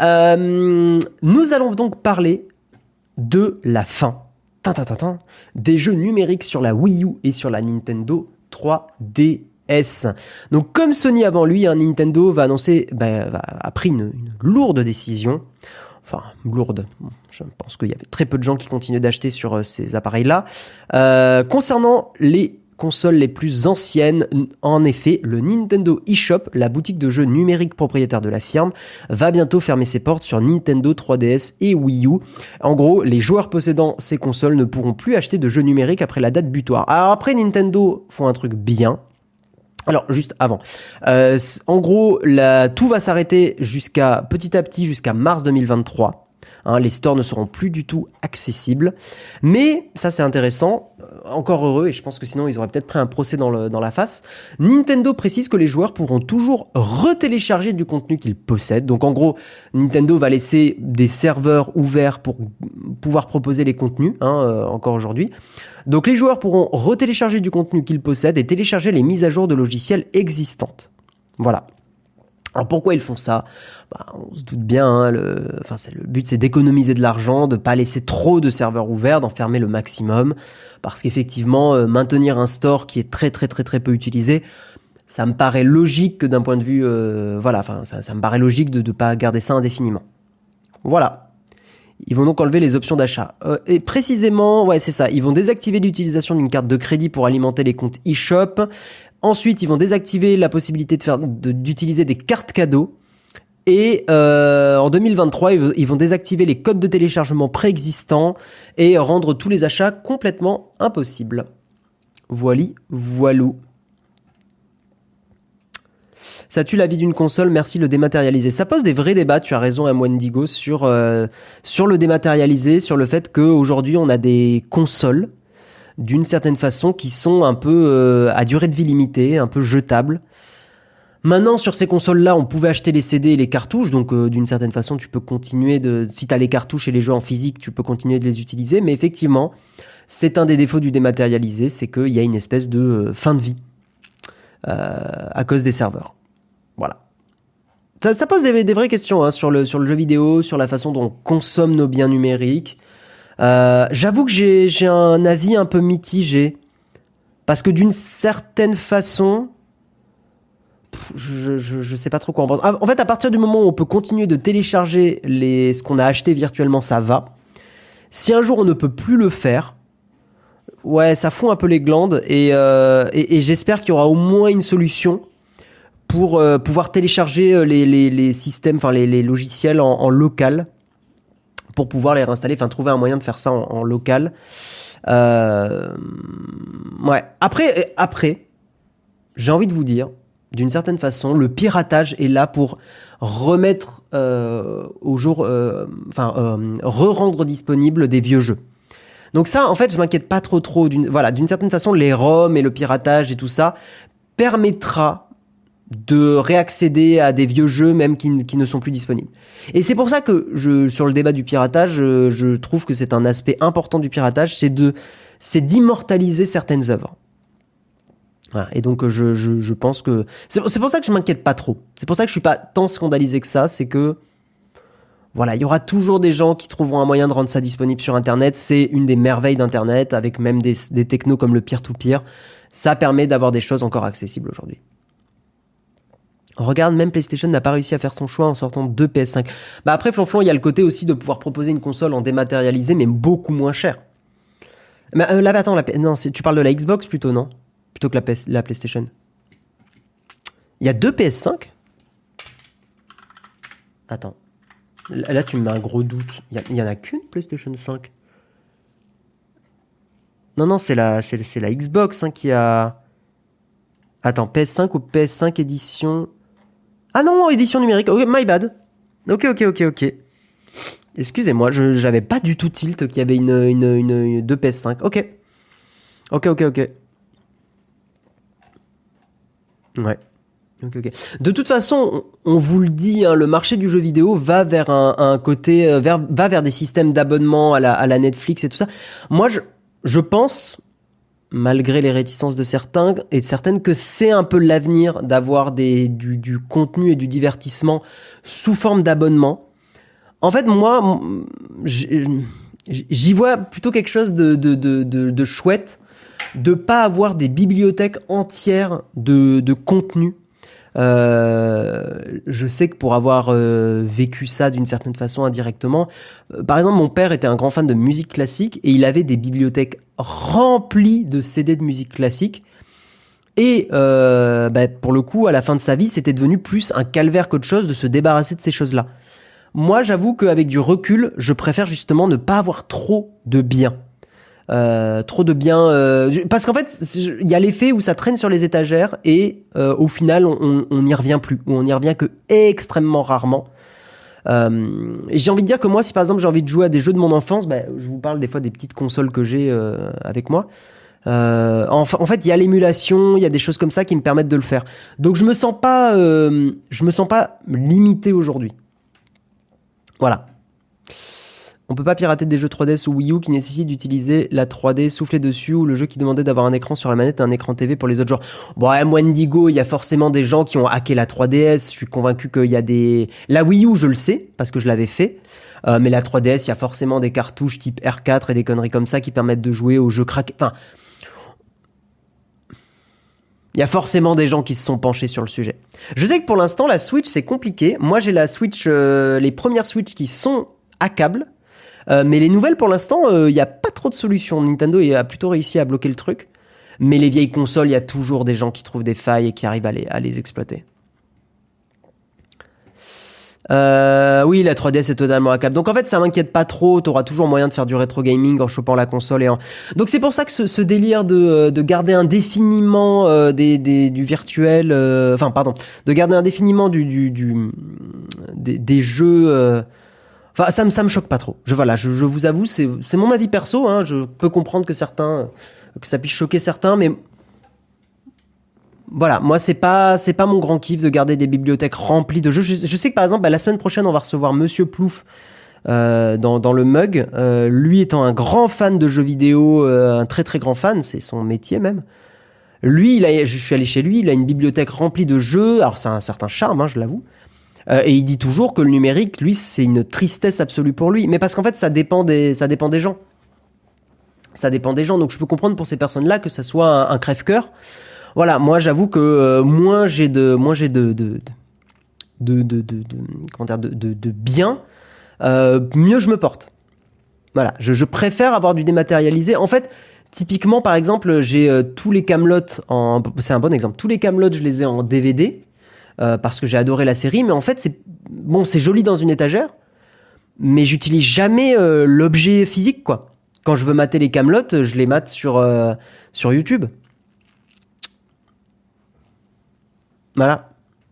Nous allons donc parler de la fin des jeux numériques sur la Wii U et sur la Nintendo 3DS. Donc comme Sony avant lui, Nintendo a pris une lourde décision. Enfin, lourde. Je pense qu'il y avait très peu de gens qui continuaient d'acheter sur ces appareils-là. Concernant les consoles les plus anciennes, en effet, le Nintendo eShop, la boutique de jeux numériques propriétaire de la firme, va bientôt fermer ses portes sur Nintendo 3DS et Wii U. En gros, les joueurs possédant ces consoles ne pourront plus acheter de jeux numériques après la date butoir. Alors après, Nintendo font un truc bien. Alors juste avant, en gros, tout va s'arrêter petit à petit jusqu'à mars 2023. Les stores ne seront plus du tout accessibles. Mais, ça c'est intéressant, encore heureux, et je pense que sinon ils auraient peut-être pris un procès dans la face. Nintendo précise que les joueurs pourront toujours retélécharger du contenu qu'ils possèdent. Donc en gros, Nintendo va laisser des serveurs ouverts pour pouvoir proposer les contenus, encore aujourd'hui. Donc les joueurs pourront retélécharger du contenu qu'ils possèdent et télécharger les mises à jour de logiciels existantes. Voilà. Alors pourquoi ils font ça ? On se doute bien, le but c'est d'économiser de l'argent, de pas laisser trop de serveurs ouverts, d'en fermer le maximum, parce qu'effectivement maintenir un store qui est très très très très peu utilisé, ça me paraît logique que d'un point de vue ça me paraît logique de pas garder ça indéfiniment. Voilà. Ils vont donc enlever les options d'achat. Et précisément, c'est ça, ils vont désactiver l'utilisation d'une carte de crédit pour alimenter les comptes eShop. Ensuite, ils vont désactiver la possibilité d'utiliser des cartes cadeaux. Et en 2023, ils vont désactiver les codes de téléchargement préexistants et rendre tous les achats complètement impossibles. Voilou. Ça tue la vie d'une console, merci le dématérialisé. Ça pose des vrais débats, tu as raison, Wendigo, sur le dématérialisé, sur le fait qu'aujourd'hui on a des consoles d'une certaine façon qui sont un peu à durée de vie limitée, un peu jetables. Maintenant, sur ces consoles-là, on pouvait acheter les CD et les cartouches, donc d'une certaine façon, tu peux continuer si t'as les cartouches et les jeux en physique, tu peux continuer de les utiliser, mais effectivement, c'est un des défauts du dématérialisé, c'est qu'il y a une espèce de fin de vie à cause des serveurs. Voilà. Ça pose des vraies questions sur le jeu vidéo, sur la façon dont on consomme nos biens numériques. J'avoue que j'ai un avis un peu mitigé, parce que d'une certaine façon, je sais pas trop quoi en penser. En fait, à partir du moment où on peut continuer de télécharger ce qu'on a acheté virtuellement, ça va. Si un jour on ne peut plus le faire, ça fout un peu les glandes, et j'espère qu'il y aura au moins une solution pour pouvoir télécharger les systèmes, les logiciels en local, pour pouvoir les réinstaller, trouver un moyen de faire ça en local. Après, j'ai envie de vous dire, d'une certaine façon, le piratage est là pour remettre au jour, re-rendre disponible des vieux jeux. Donc ça, en fait, je m'inquiète pas trop. D'une certaine façon, les ROM et le piratage et tout ça permettra de réaccéder à des vieux jeux même qui ne sont plus disponibles. Et c'est pour ça que sur le débat du piratage, je trouve que c'est un aspect important du piratage, c'est d'immortaliser certaines œuvres. Voilà. Et donc je pense que c'est pour ça que je m'inquiète pas trop. C'est pour ça que je suis pas tant scandalisé que ça, c'est que il y aura toujours des gens qui trouveront un moyen de rendre ça disponible sur Internet. C'est une des merveilles d'Internet, avec même des technos comme le peer-to-peer. Ça permet d'avoir des choses encore accessibles aujourd'hui. Regarde, même PlayStation n'a pas réussi à faire son choix en sortant 2 PS5. Après, Flonflon, il y a le côté aussi de pouvoir proposer une console en dématérialisé, mais beaucoup moins cher. Mais là, attends, non, tu parles de la Xbox plutôt, non ? Plutôt que la PlayStation. Il y a 2 PS5 ? Attends. Là, tu me mets un gros doute. Il y en a qu'une PlayStation 5 ? Non, c'est la Xbox qui a... Attends, PS5 ou PS5 édition... Ah non, édition numérique. Okay, my bad. Ok. Excusez-moi, j'avais pas du tout tilt qu'il y avait une 2 PS5. Ok. Ouais. Ok. De toute façon, on vous le dit, hein, le marché du jeu vidéo va vers un côté, va vers des systèmes d'abonnement à la Netflix et tout ça. Moi, je pense, malgré les réticences de certains et de certaines, que c'est un peu l'avenir d'avoir du contenu et du divertissement sous forme d'abonnement. En fait, moi, j'y vois plutôt quelque chose de chouette, de pas avoir des bibliothèques entières de contenu. Je sais que pour avoir vécu ça d'une certaine façon indirectement, par exemple mon père était un grand fan de musique classique et il avait des bibliothèques remplies de CD de musique classique et pour le coup à la fin de sa vie c'était devenu plus un calvaire qu'autre chose de se débarrasser de ces choses-là. Moi j'avoue qu'avec du recul je préfère justement ne pas avoir trop de biens. Parce qu'en fait il y a l'effet où ça traîne sur les étagères et au final on n'y revient plus, ou on n'y revient que extrêmement rarement. Et j'ai envie de dire que moi si par exemple j'ai envie de jouer à des jeux de mon enfance, je vous parle des fois des petites consoles que j'ai avec moi, en fait il y a l'émulation, il y a des choses comme ça qui me permettent de le faire, donc je me sens pas limité aujourd'hui. Voilà. On peut pas pirater des jeux 3DS ou Wii U qui nécessitent d'utiliser la 3D soufflée dessus, ou le jeu qui demandait d'avoir un écran sur la manette et un écran TV pour les autres joueurs. Bon, à Wendigo, il y a forcément des gens qui ont hacké la 3DS. Je suis convaincu qu'il y a des... La Wii U, je le sais, parce que je l'avais fait. Mais la 3DS, il y a forcément des cartouches type R4 et des conneries comme ça qui permettent de jouer aux jeux craqués. Enfin... Il y a forcément des gens qui se sont penchés sur le sujet. Je sais que pour l'instant, la Switch, c'est compliqué. Moi, j'ai la Switch... les premières Switch qui sont à câble. Mais les nouvelles, pour l'instant, il n'y a pas trop de solutions. Nintendo a plutôt réussi à bloquer le truc. Mais les vieilles consoles, il y a toujours des gens qui trouvent des failles et qui arrivent à les exploiter. Oui, la 3DS est totalement à câble. Donc en fait, ça m'inquiète pas trop. T'auras toujours moyen de faire du rétro gaming en chopant la console Donc c'est pour ça que ce délire de garder indéfiniment du virtuel, de garder indéfiniment des jeux. Enfin, ça me choque pas trop. Je vous avoue, c'est mon avis perso, hein. Je peux comprendre que ça puisse choquer certains, mais voilà, moi c'est pas mon grand kiff de garder des bibliothèques remplies de jeux. Je sais que par exemple, la semaine prochaine, on va recevoir Monsieur Plouf dans le mug. Lui étant un grand fan de jeux vidéo, un très très grand fan, c'est son métier même. Lui, je suis allé chez lui, il a une bibliothèque remplie de jeux. Alors c'est un certain charme, hein, je l'avoue. Et il dit toujours que le numérique, lui, c'est une tristesse absolue pour lui. Mais parce qu'en fait, ça dépend des gens. Ça dépend des gens. Donc, je peux comprendre pour ces personnes-là que ça soit un crève-cœur. Voilà. Moi, j'avoue que moins j'ai de biens, mieux je me porte. Voilà. Je préfère avoir du dématérialisé. En fait, typiquement, par exemple, j'ai tous les Kaamelott c'est un bon exemple. Tous les Kaamelott, je les ai en DVD. Parce que j'ai adoré la série, mais en fait c'est joli dans une étagère, mais j'utilise jamais l'objet physique, quoi. Quand je veux mater les Kaamelott, je les mate sur YouTube. Voilà.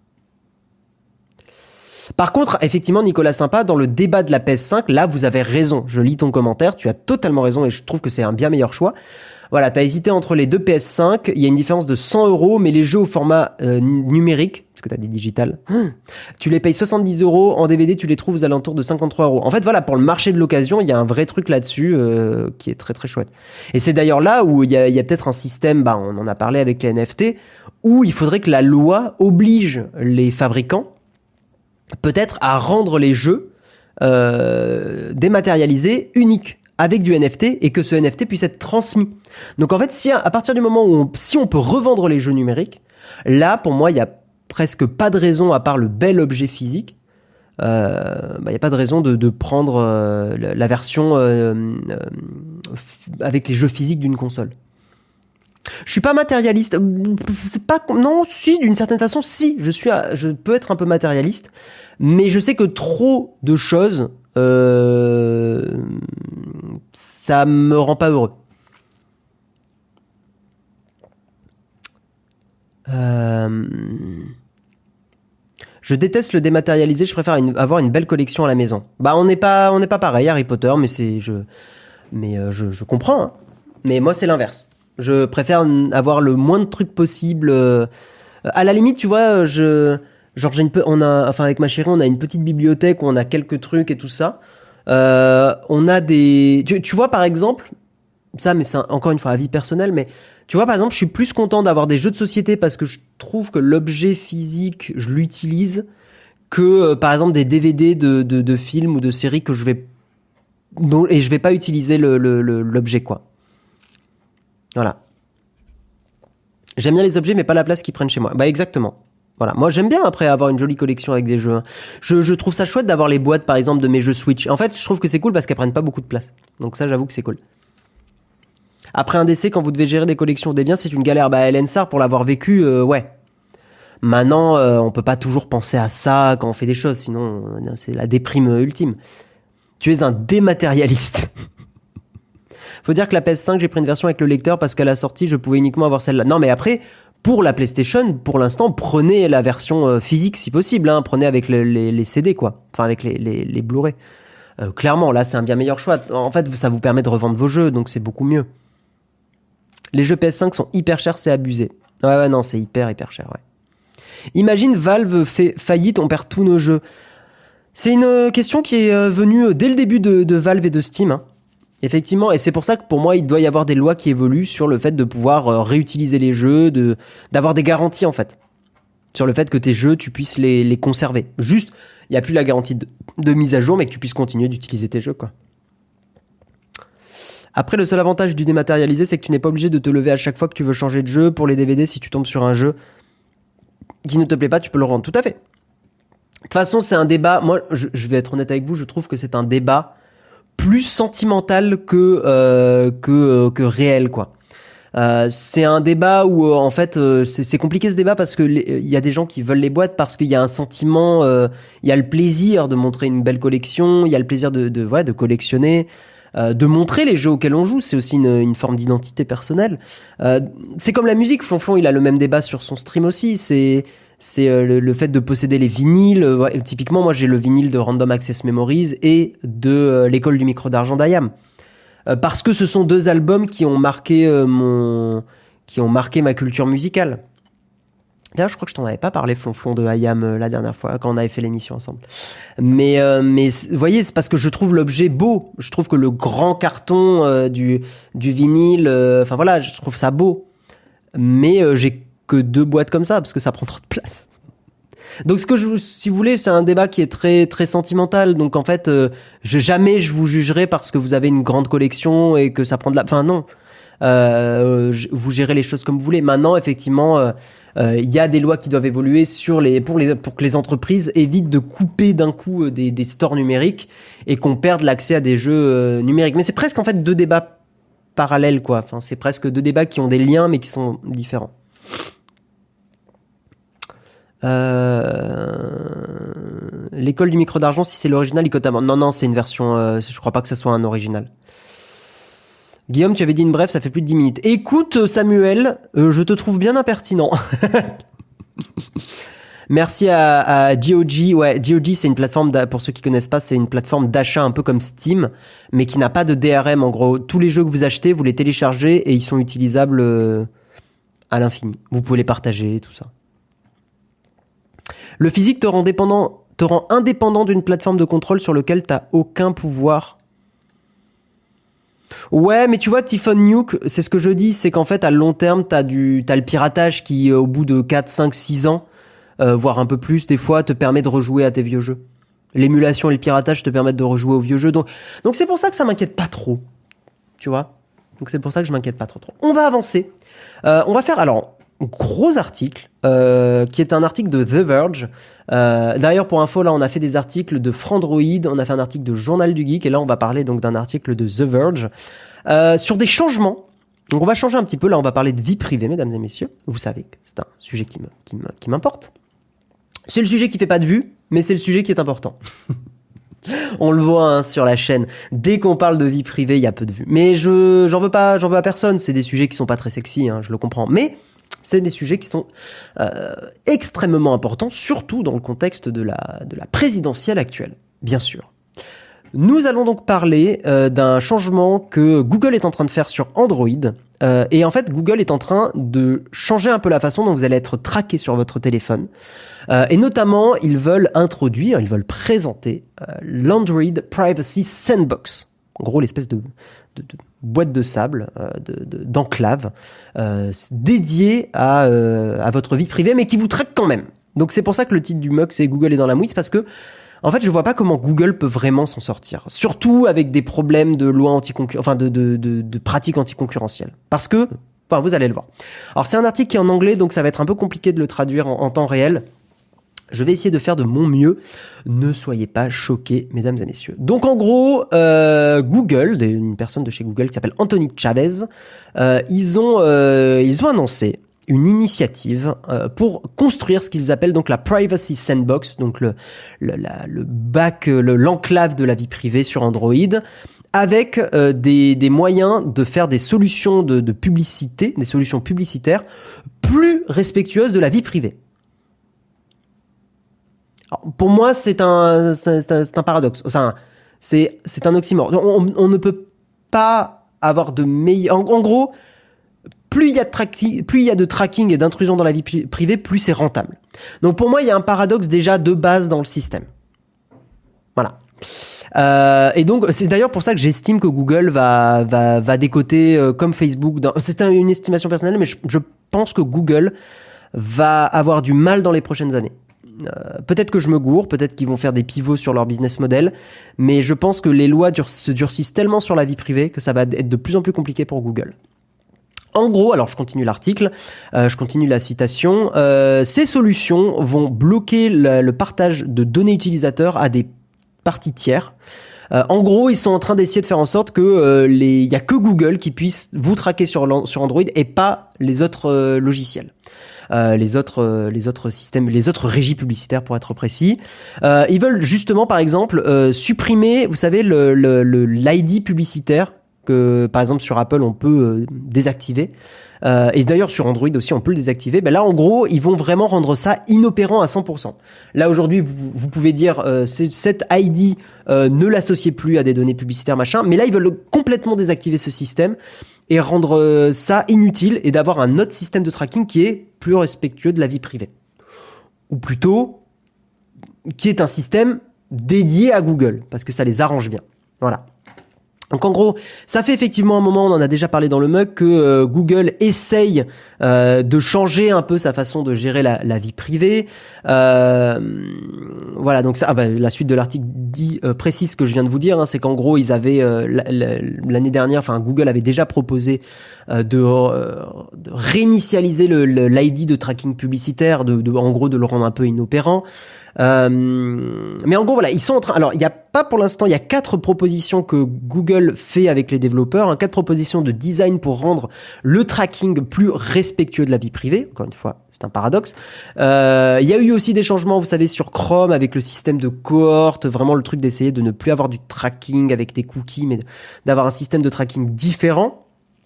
Par contre, effectivement, Nicolas Sympa, dans le débat de la PS5, là vous avez raison, je lis ton commentaire, tu as totalement raison et je trouve que c'est un bien meilleur choix. Voilà, t'as hésité entre les deux PS5, il y a une différence de 100€, mais les jeux au format numérique, parce que t'as des digitales, tu les payes 70€, en DVD tu les trouves aux alentours de 53€. En fait voilà, pour le marché de l'occasion, il y a un vrai truc là-dessus qui est très très chouette. Et c'est d'ailleurs là où il y a peut-être un système, on en a parlé avec les NFT, où il faudrait que la loi oblige les fabricants peut-être à rendre les jeux dématérialisés, uniques, avec du NFT, et que ce NFT puisse être transmis. Donc en fait, si à partir du moment où si on peut revendre les jeux numériques, là pour moi il y a presque pas de raison, à part le bel objet physique, il y a pas de raison de prendre la version avec les jeux physiques d'une console. Je suis pas matérialiste. C'est pas non, si d'une certaine façon, si je peux être un peu matérialiste, mais je sais que trop de choses, ça me rend pas heureux. Je déteste le dématérialisé. Je préfère avoir une belle collection à la maison. On n'est pas pareil, Harry Potter, mais je comprends. Hein. Mais moi, c'est l'inverse. Je préfère avoir le moins de trucs possible À la limite, tu vois, avec ma chérie, on a une petite bibliothèque où on a quelques trucs et tout ça. On a des, tu vois, par exemple, ça, mais c'est encore une fois avis personnel, mais tu vois, par exemple, je suis plus content d'avoir des jeux de société parce que je trouve que l'objet physique, je l'utilise que, par exemple, des DVD de films ou de séries que je vais pas utiliser l'objet, quoi. Voilà. J'aime bien les objets, mais pas la place qu'ils prennent chez moi. Bah, exactement. Voilà. Moi, j'aime bien, après, avoir une jolie collection avec des jeux. Je trouve ça chouette d'avoir les boîtes, par exemple, de mes jeux Switch. En fait, je trouve que c'est cool parce qu'elles prennent pas beaucoup de place. Donc ça, j'avoue que c'est cool. Après un décès, quand vous devez gérer des collections des biens, c'est une galère. Bah, Hélène Sarr, pour l'avoir vécu, ouais. Maintenant, on peut pas toujours penser à ça quand on fait des choses, sinon, c'est la déprime ultime. Tu es un dématérialiste. Faut dire que la PS5, j'ai pris une version avec le lecteur parce qu'à la sortie, je pouvais uniquement avoir celle-là. Non, mais après, pour la PlayStation, pour l'instant, prenez la version physique si possible. Hein. Prenez avec les CD, quoi. Enfin, avec les Blu-ray. Clairement, là, c'est un bien meilleur choix. En fait, ça vous permet de revendre vos jeux, donc c'est beaucoup mieux. Les jeux PS5 sont hyper chers, c'est abusé. Ouais, non, c'est hyper cher, ouais. Imagine Valve fait faillite, on perd tous nos jeux. C'est une question qui est venue dès le début de Valve et de Steam, hein. Effectivement, et c'est pour ça que pour moi, il doit y avoir des lois qui évoluent sur le fait de pouvoir réutiliser les jeux, d'avoir des garanties en fait. Sur le fait que tes jeux, tu puisses les conserver. Juste, il n'y a plus la garantie de mise à jour, mais que tu puisses continuer d'utiliser tes jeux, quoi. Après, le seul avantage du dématérialisé, c'est que tu n'es pas obligé de te lever à chaque fois que tu veux changer de jeu. Pour les DVD, si tu tombes sur un jeu qui ne te plaît pas, tu peux le rendre. Tout à fait. De toute façon, c'est un débat. Moi, je vais être honnête avec vous, je trouve que c'est un débat plus sentimental que réel, quoi. C'est un débat où en fait c'est compliqué ce débat parce que il y a des gens qui veulent les boîtes parce qu'il y a un sentiment, il y a le plaisir de montrer une belle collection, il y a le plaisir de collectionner, de montrer les jeux auxquels on joue, c'est aussi une forme d'identité personnelle. C'est comme la musique, Flonflon il a le même débat sur son stream aussi, c'est le fait de posséder les vinyles. Typiquement, moi, j'ai le vinyle de Random Access Memories et de l'école du micro d'argent d'IAM. Parce que ce sont deux albums qui ont marqué ma culture musicale. D'ailleurs, je crois que je t'en avais pas parlé, Flonflon, de IAM la dernière fois, quand on avait fait l'émission ensemble. Mais vous voyez, c'est parce que je trouve l'objet beau. Je trouve que le grand carton du vinyle, enfin voilà, je trouve ça beau. Mais j'ai que 2 boîtes comme ça parce que ça prend trop de place. Donc si vous voulez, c'est un débat qui est très très sentimental. Donc en fait, jamais je vous jugerai parce que vous avez une grande collection et que ça prend de la. Enfin non, vous gérez les choses comme vous voulez. Maintenant, effectivement, il y a des lois qui doivent évoluer pour que les entreprises évitent de couper d'un coup des stores numériques et qu'on perde l'accès à des jeux numériques. Mais c'est presque en fait 2 débats parallèles, quoi. Enfin, c'est presque 2 débats qui ont des liens mais qui sont différents. L'école du micro d'argent, si c'est l'original, il cote à mort. Non, c'est une version. Je crois pas que ça soit un original. Guillaume, tu avais dit une brève, ça fait plus de 10 minutes. Écoute, Samuel, je te trouve bien impertinent. Merci à GOG. Ouais, GOG, c'est une plateforme, pour ceux qui connaissent pas, c'est une plateforme d'achat un peu comme Steam, mais qui n'a pas de DRM. En gros, tous les jeux que vous achetez, vous les téléchargez et ils sont utilisables à l'infini. Vous pouvez les partager, tout ça. Le physique te rend indépendant d'une plateforme de contrôle sur laquelle t'as aucun pouvoir. Ouais, mais tu vois, Typhon Nuke, c'est ce que je dis, c'est qu'en fait, à long terme, t'as le piratage qui, au bout de 4, 5, 6 ans, voire un peu plus, des fois, te permet de rejouer à tes vieux jeux. L'émulation et le piratage te permettent de rejouer aux vieux jeux. Donc c'est pour ça que ça m'inquiète pas trop. Tu vois? Donc c'est pour ça que je m'inquiète pas trop. On va avancer. On va faire, alors, gros article, qui est un article de The Verge. D'ailleurs, pour info, là, on a fait des articles de Frandroid, on a fait un article de Journal du Geek, et là, on va parler donc d'un article de The Verge sur des changements. Donc, on va changer un petit peu. Là, on va parler de vie privée, mesdames et messieurs. Vous savez que c'est un sujet qui m'importe. C'est le sujet qui fait pas de vues, mais c'est le sujet qui est important. On le voit hein, sur la chaîne. Dès qu'on parle de vie privée, il y a peu de vues. Mais j'en veux à personne. C'est des sujets qui sont pas très sexy, hein, je le comprends. Mais c'est des sujets qui sont extrêmement importants, surtout dans le contexte de la présidentielle actuelle, bien sûr. Nous allons donc parler d'un changement que Google est en train de faire sur Android. Et en fait, Google est en train de changer un peu la façon dont vous allez être traqué sur votre téléphone. Et notamment, ils veulent présenter l'Android Privacy Sandbox. En gros, l'espèce de boîte de sable, d'enclave, dédiée à votre vie privée, mais qui vous traque quand même. Donc c'est pour ça que le titre du mug, c'est Google est dans la mouise, parce que en fait, je vois pas comment Google peut vraiment s'en sortir. Surtout avec des problèmes de loi de pratiques anticoncurrentielles. Parce que, vous allez le voir. Alors, c'est un article qui est en anglais, donc ça va être un peu compliqué de le traduire en temps réel. Je vais essayer de faire de mon mieux. Ne soyez pas choqués, mesdames et messieurs. Donc, en gros, Google, une personne de chez Google qui s'appelle Anthony Chavez, ils ont annoncé une initiative pour construire ce qu'ils appellent donc la Privacy Sandbox, donc l'enclave de la vie privée sur Android, avec des moyens de faire des solutions de publicité, des solutions publicitaires plus respectueuses de la vie privée. Alors, pour moi, c'est un paradoxe. Enfin, c'est un oxymore. On ne peut pas avoir de meilleur. En gros, plus il y a de tracking et d'intrusion dans la vie privée, plus c'est rentable. Donc pour moi, il y a un paradoxe déjà de base dans le système. Voilà. Et donc c'est d'ailleurs pour ça que j'estime que Google va décoter comme Facebook. C'est une estimation personnelle, mais je pense que Google va avoir du mal dans les prochaines années. Peut-être que je me gourre, peut-être qu'ils vont faire des pivots sur leur business model, mais je pense que les lois se durcissent tellement sur la vie privée que ça va être de plus en plus compliqué pour Google. En gros, alors je continue l'article, je continue la citation, ces solutions vont bloquer le partage de données utilisateurs à des parties tiers. En gros, ils sont en train d'essayer de faire en sorte que il y a que Google qui puisse vous traquer sur Android et pas les autres logiciels. Les autres systèmes, les autres régies publicitaires pour être précis. Ils veulent justement, par exemple, supprimer, vous savez, l'ID publicitaire que, par exemple, sur Apple, on peut désactiver. Et d'ailleurs, sur Android aussi, on peut le désactiver. Ben là, en gros, ils vont vraiment rendre ça inopérant à 100%. Là, aujourd'hui, vous pouvez dire, cette ID, ne l'associez plus à des données publicitaires, machin. Mais là, ils veulent complètement désactiver ce système et rendre ça inutile et d'avoir un autre système de tracking qui est plus respectueux de la vie privée. Ou plutôt, qui est un système dédié à Google, parce que ça les arrange bien. Voilà. Donc en gros, ça fait effectivement un moment, on en a déjà parlé dans le mug, que Google essaye de changer un peu sa façon de gérer la vie privée. Voilà, donc ça, la suite de l'article précise ce que je viens de vous dire, hein, c'est qu'en gros, ils avaient l'année dernière, Google avait déjà proposé de réinitialiser l'ID de tracking publicitaire, en gros de le rendre un peu inopérant. Mais en gros, voilà, ils sont en train. Alors, il y a pas pour l'instant, il y a 4 propositions que Google fait avec les développeurs, 4 propositions de design pour rendre le tracking plus respectueux de la vie privée. Encore une fois, c'est un paradoxe. Il y a eu aussi des changements, vous savez, sur Chrome avec le système de cohorte, vraiment le truc d'essayer de ne plus avoir du tracking avec des cookies, mais d'avoir un système de tracking différent.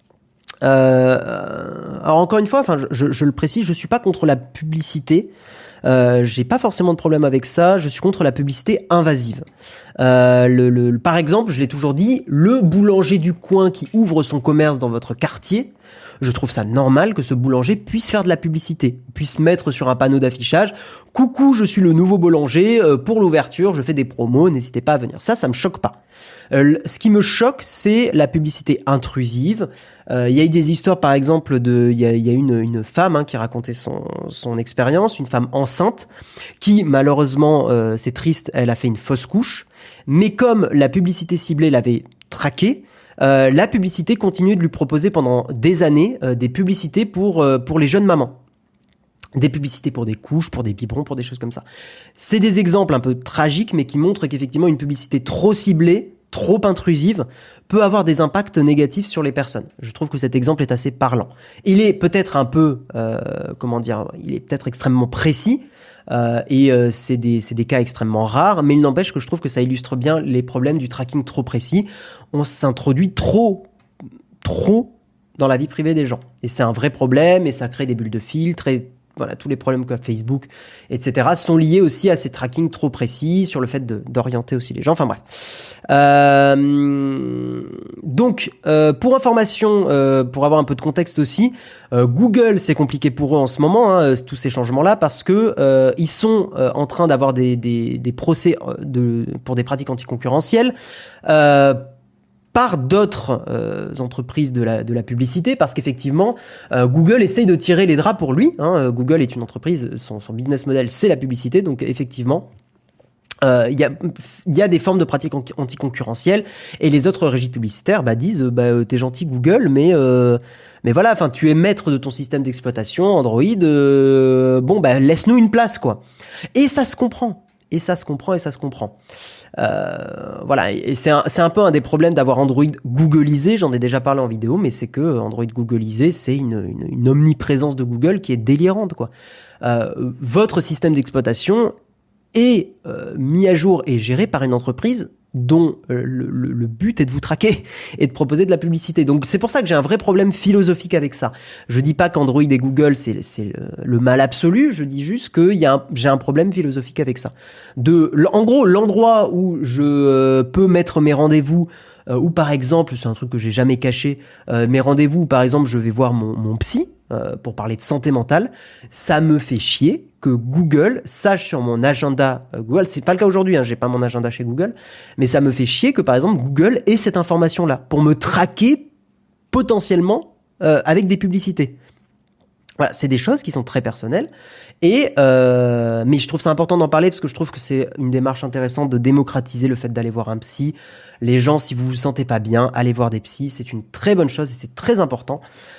Alors encore une fois, je le précise, je suis pas contre la publicité. J'ai pas forcément de problème avec ça. Je suis contre la publicité invasive. Par exemple, je l'ai toujours dit, le boulanger du coin qui ouvre son commerce dans votre quartier, je trouve ça normal que ce boulanger puisse faire de la publicité, puisse mettre sur un panneau d'affichage « Coucou, je suis le nouveau boulanger, pour l'ouverture, je fais des promos, n'hésitez pas à venir ». Ça me choque pas. Ce qui me choque, c'est la publicité intrusive. Il y a eu des histoires, par exemple, il y a une femme qui racontait son expérience, une femme enceinte, qui malheureusement, c'est triste, elle a fait une fausse couche, mais comme la publicité ciblée l'avait traquée, la publicité continue de lui proposer pendant des années des publicités pour les jeunes mamans. Des publicités pour des couches, pour des biberons, pour des choses comme ça. C'est des exemples un peu tragiques, mais qui montrent qu'effectivement une publicité trop ciblée, trop intrusive, peut avoir des impacts négatifs sur les personnes. Je trouve que cet exemple est assez parlant. Il est peut-être un peu, il est peut-être extrêmement précis, et c'est des cas extrêmement rares, mais il n'empêche que je trouve que ça illustre bien les problèmes du tracking trop précis. On s'introduit trop dans la vie privée des gens. Et c'est un vrai problème, et ça crée des bulles de filtre, et voilà, tous les problèmes qu'a Facebook, etc., sont liés aussi à ces trackings trop précis, sur le fait d'orienter aussi les gens. Enfin bref. Donc, pour information, pour avoir un peu de contexte aussi, Google, c'est compliqué pour eux en ce moment, hein, tous ces changements-là, parce que ils sont en train d'avoir des procès pour des pratiques anticoncurrentielles. Par d'autres entreprises de la publicité, parce qu'effectivement, Google essaye de tirer les draps pour lui. Hein. Google est une entreprise, son business model, c'est la publicité, donc effectivement, il y a des formes de pratiques anticoncurrentielles, et les autres régies publicitaires disent t'es gentil Google, mais voilà, enfin tu es maître de ton système d'exploitation Android, laisse-nous une place quoi. Et ça se comprend. Voilà, et c'est un peu un des problèmes d'avoir Android Googleisé, j'en ai déjà parlé en vidéo, mais c'est que Android Googleisé, c'est une omniprésence de Google qui est délirante, quoi. Votre système d'exploitation est mis à jour et géré par une entreprise dont le but est de vous traquer et de proposer de la publicité. Donc c'est pour ça que j'ai un vrai problème philosophique avec ça. Je dis pas qu'Android et Google c'est le mal absolu, je dis juste que j'ai un problème philosophique avec ça. En gros, l'endroit où je peux mettre mes rendez-vous, ou par exemple, c'est un truc que j'ai jamais caché, mes rendez-vous où par exemple je vais voir mon psy, pour parler de santé mentale, ça me fait chier que Google sache sur mon agenda Google, c'est pas le cas aujourd'hui, hein, j'ai pas mon agenda chez Google, mais ça me fait chier que par exemple Google ait cette information-là pour me traquer potentiellement avec des publicités. Voilà, c'est des choses qui sont très personnelles, mais je trouve ça important d'en parler parce que je trouve que c'est une démarche intéressante de démocratiser le fait d'aller voir un psy. Les gens, si vous vous sentez pas bien, allez voir des psys, c'est une très bonne chose et c'est très important.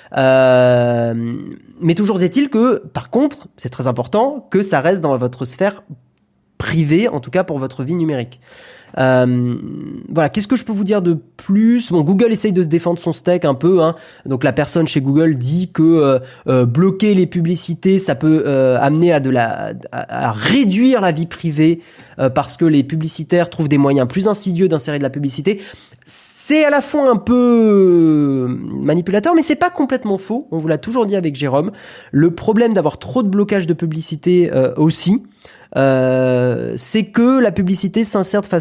Mais toujours est-il que, par contre, c'est très important que ça reste dans votre sphère privée, en tout cas pour votre vie numérique. Voilà, qu'est-ce que je peux vous dire de plus? Bon, Google essaye de se défendre son steak un peu, hein. Donc la personne chez Google dit que bloquer les publicités, ça peut amener à réduire la vie privée parce que les publicitaires trouvent des moyens plus insidieux d'insérer de la publicité. C'est à la fois un peu manipulateur, mais c'est pas complètement faux. On vous l'a toujours dit avec Jérôme. Le problème d'avoir trop de blocage de publicité aussi, c'est que la publicité s'insère de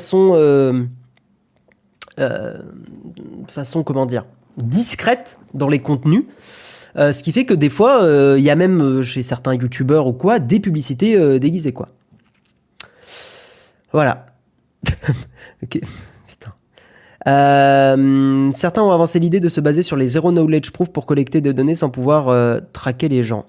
façon comment dire, discrète dans les contenus, ce qui fait que des fois il y a même chez certains youtubeurs ou quoi des publicités déguisées quoi. Voilà. Ok. Putain. Certains ont avancé l'idée de se baser sur les zero knowledge proof pour collecter des données sans pouvoir traquer les gens.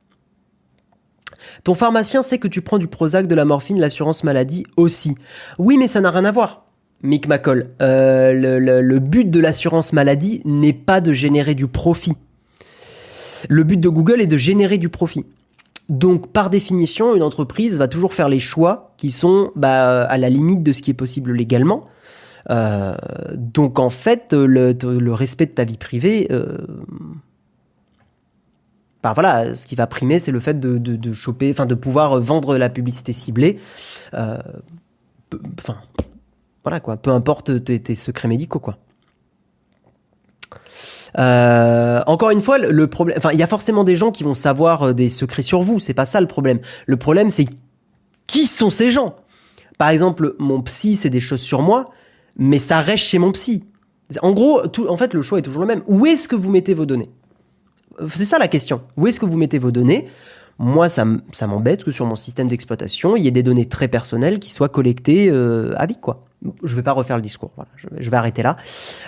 Ton pharmacien sait que tu prends du Prozac, de la morphine, l'assurance maladie aussi. Oui, mais ça n'a rien à voir. Mick McCall, le but de l'assurance maladie n'est pas de générer du profit. Le but de Google est de générer du profit. Donc, par définition, une entreprise va toujours faire les choix qui sont à la limite de ce qui est possible légalement. Donc, en fait, le respect de ta vie privée... voilà, ce qui va primer, c'est le fait de choper, enfin de pouvoir vendre la publicité ciblée. Voilà quoi, peu importe tes secrets médicaux quoi. Encore une fois, le problème, enfin il y a forcément des gens qui vont savoir des secrets sur vous. C'est pas ça le problème. Le problème c'est qui sont ces gens. Par exemple, mon psy sait des choses sur moi, mais ça reste chez mon psy. En gros, en fait, le choix est toujours le même. Où est-ce que vous mettez vos données? C'est ça la question. Où est-ce que vous mettez vos données? Moi, ça m'embête que sur mon système d'exploitation, il y ait des données très personnelles qui soient collectées à vie, quoi. Je vais pas refaire le discours. Voilà, je vais arrêter là.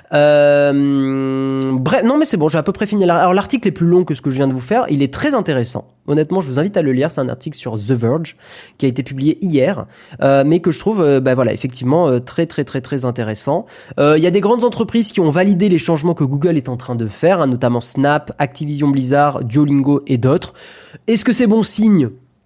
Bref, non mais c'est bon, j'ai à peu près fini. Alors l'article est plus long que ce que je viens de vous faire. Il est très intéressant. Honnêtement, je vous invite à le lire. C'est un article sur The Verge qui a été publié hier, mais que je trouve, voilà, effectivement, très très très très intéressant. Il y a des grandes entreprises qui ont validé les changements que Google est en train de faire, hein, notamment Snap, Activision Blizzard, Duolingo et d'autres. Est-ce que c'est bon signe?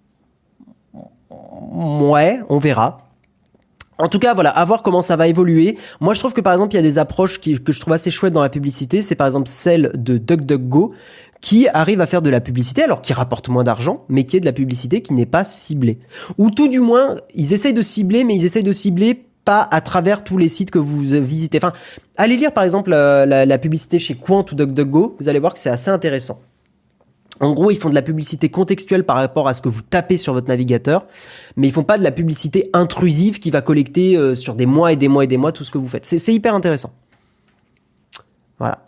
Ouais, on verra. En tout cas, voilà, à voir comment ça va évoluer. Moi, je trouve que par exemple, il y a des approches que je trouve assez chouettes dans la publicité. C'est par exemple celle de DuckDuckGo qui arrive à faire de la publicité, alors qui rapporte moins d'argent, mais qui est de la publicité qui n'est pas ciblée. Ou tout du moins, ils essayent de cibler, mais ils essayent de cibler pas à travers tous les sites que vous visitez. Enfin, allez lire par exemple la publicité chez Quant ou DuckDuckGo. Vous allez voir que c'est assez intéressant. En gros, ils font de la publicité contextuelle par rapport à ce que vous tapez sur votre navigateur, mais ils font pas de la publicité intrusive qui va collecter sur des mois et des mois et des mois tout ce que vous faites. C'est hyper intéressant. Voilà.